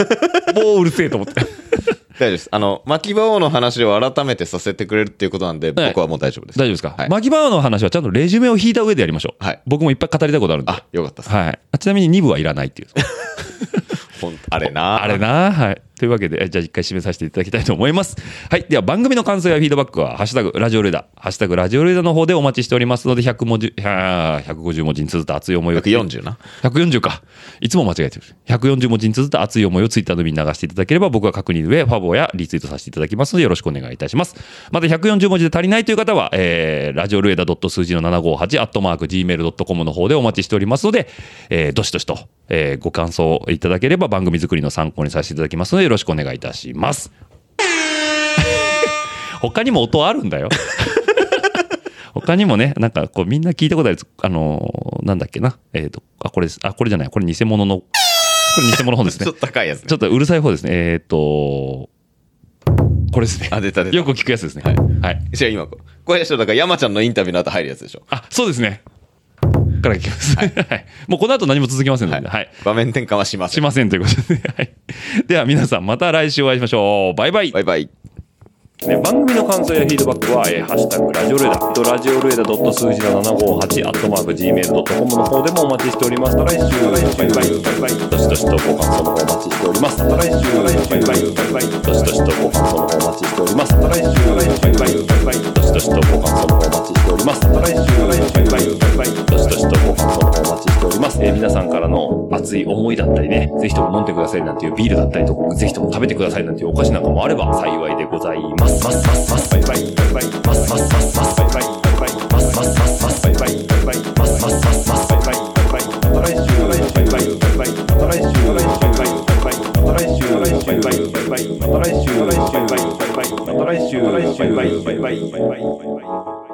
もううるせえと思って。 大丈夫です。牧場王の話を改めてさせてくれるっていうことなんで、僕はもう大丈夫です。 大丈夫ですか？牧場王の話はちゃんとレジュメを引いた上でやりましょう。はい。僕もいっぱい語りたいことあるんで。 あ、よかったです。 はい。ちなみに2部はいらないっていう。 あれな。 はい。というわけで、じゃあ一回締めさせていただきたいと思います。はい。では番組の感想やフィードバックは、ハッシュタグラジオルエダ、ハッシュタグラジオルエダの方でお待ちしておりますので、150文字に綴った熱い思いを。 140な。 140か。いつも間違えてる。140文字に綴った熱い思いをツイッターのみに流していただければ、僕は確認の上、ファボやリツイートさせていただきますので、よろしくお願いいたします。また140文字で足りないという方は、ラジオルエダ数字の758、@gmail.com の方でお待ちしておりますので、どしどしと、ご感想いただければ番組作りの参考にさせていただきますので、よろしくお願いいたします。他にも音あるんだよ。他にもね、なんかこうみんな聞いたことある、なんだっけな。これです。これじゃない。これ偽物の、これ偽物の方ですね。 ちょっと高いやつね。 ちょっとうるさい方ですね。これですね。 出た。 よく聞くやつですね。はい。 じゃあ今、これでしょ、だから山ちゃんのインタビューの後入るやつでしょ。 そうですね。から聞きます。はい。もうこの後何も続きませんので、はい。 場面転換はしません。 しませんということで、はい。では皆さんまた来週お会いしましょう。バイバイ。 バイバイ。 番組の感想やフィードバックは、ハッシュタグラジオルエダ、ラジオルエダ数字の758、@gmail.com の方でもお待ちしております。来週、バイバイ。どしどしとご感想の方お待ちしております。来週、バイバイ。どしどしとご感想の方お待ちしております。来週、バイバイ。どしどしとご感想の方お待ちしております。来週、バイバイ。どしどしとご感想の方お待ちしております。皆さんからの熱い思いだったりね、ぜひとも飲んでくださいなんていうビールだったりとか、ぜひとも食べてくださいなんていうお菓子なんかもあれば幸いでございます。バイバイ。バイバイ。また来週。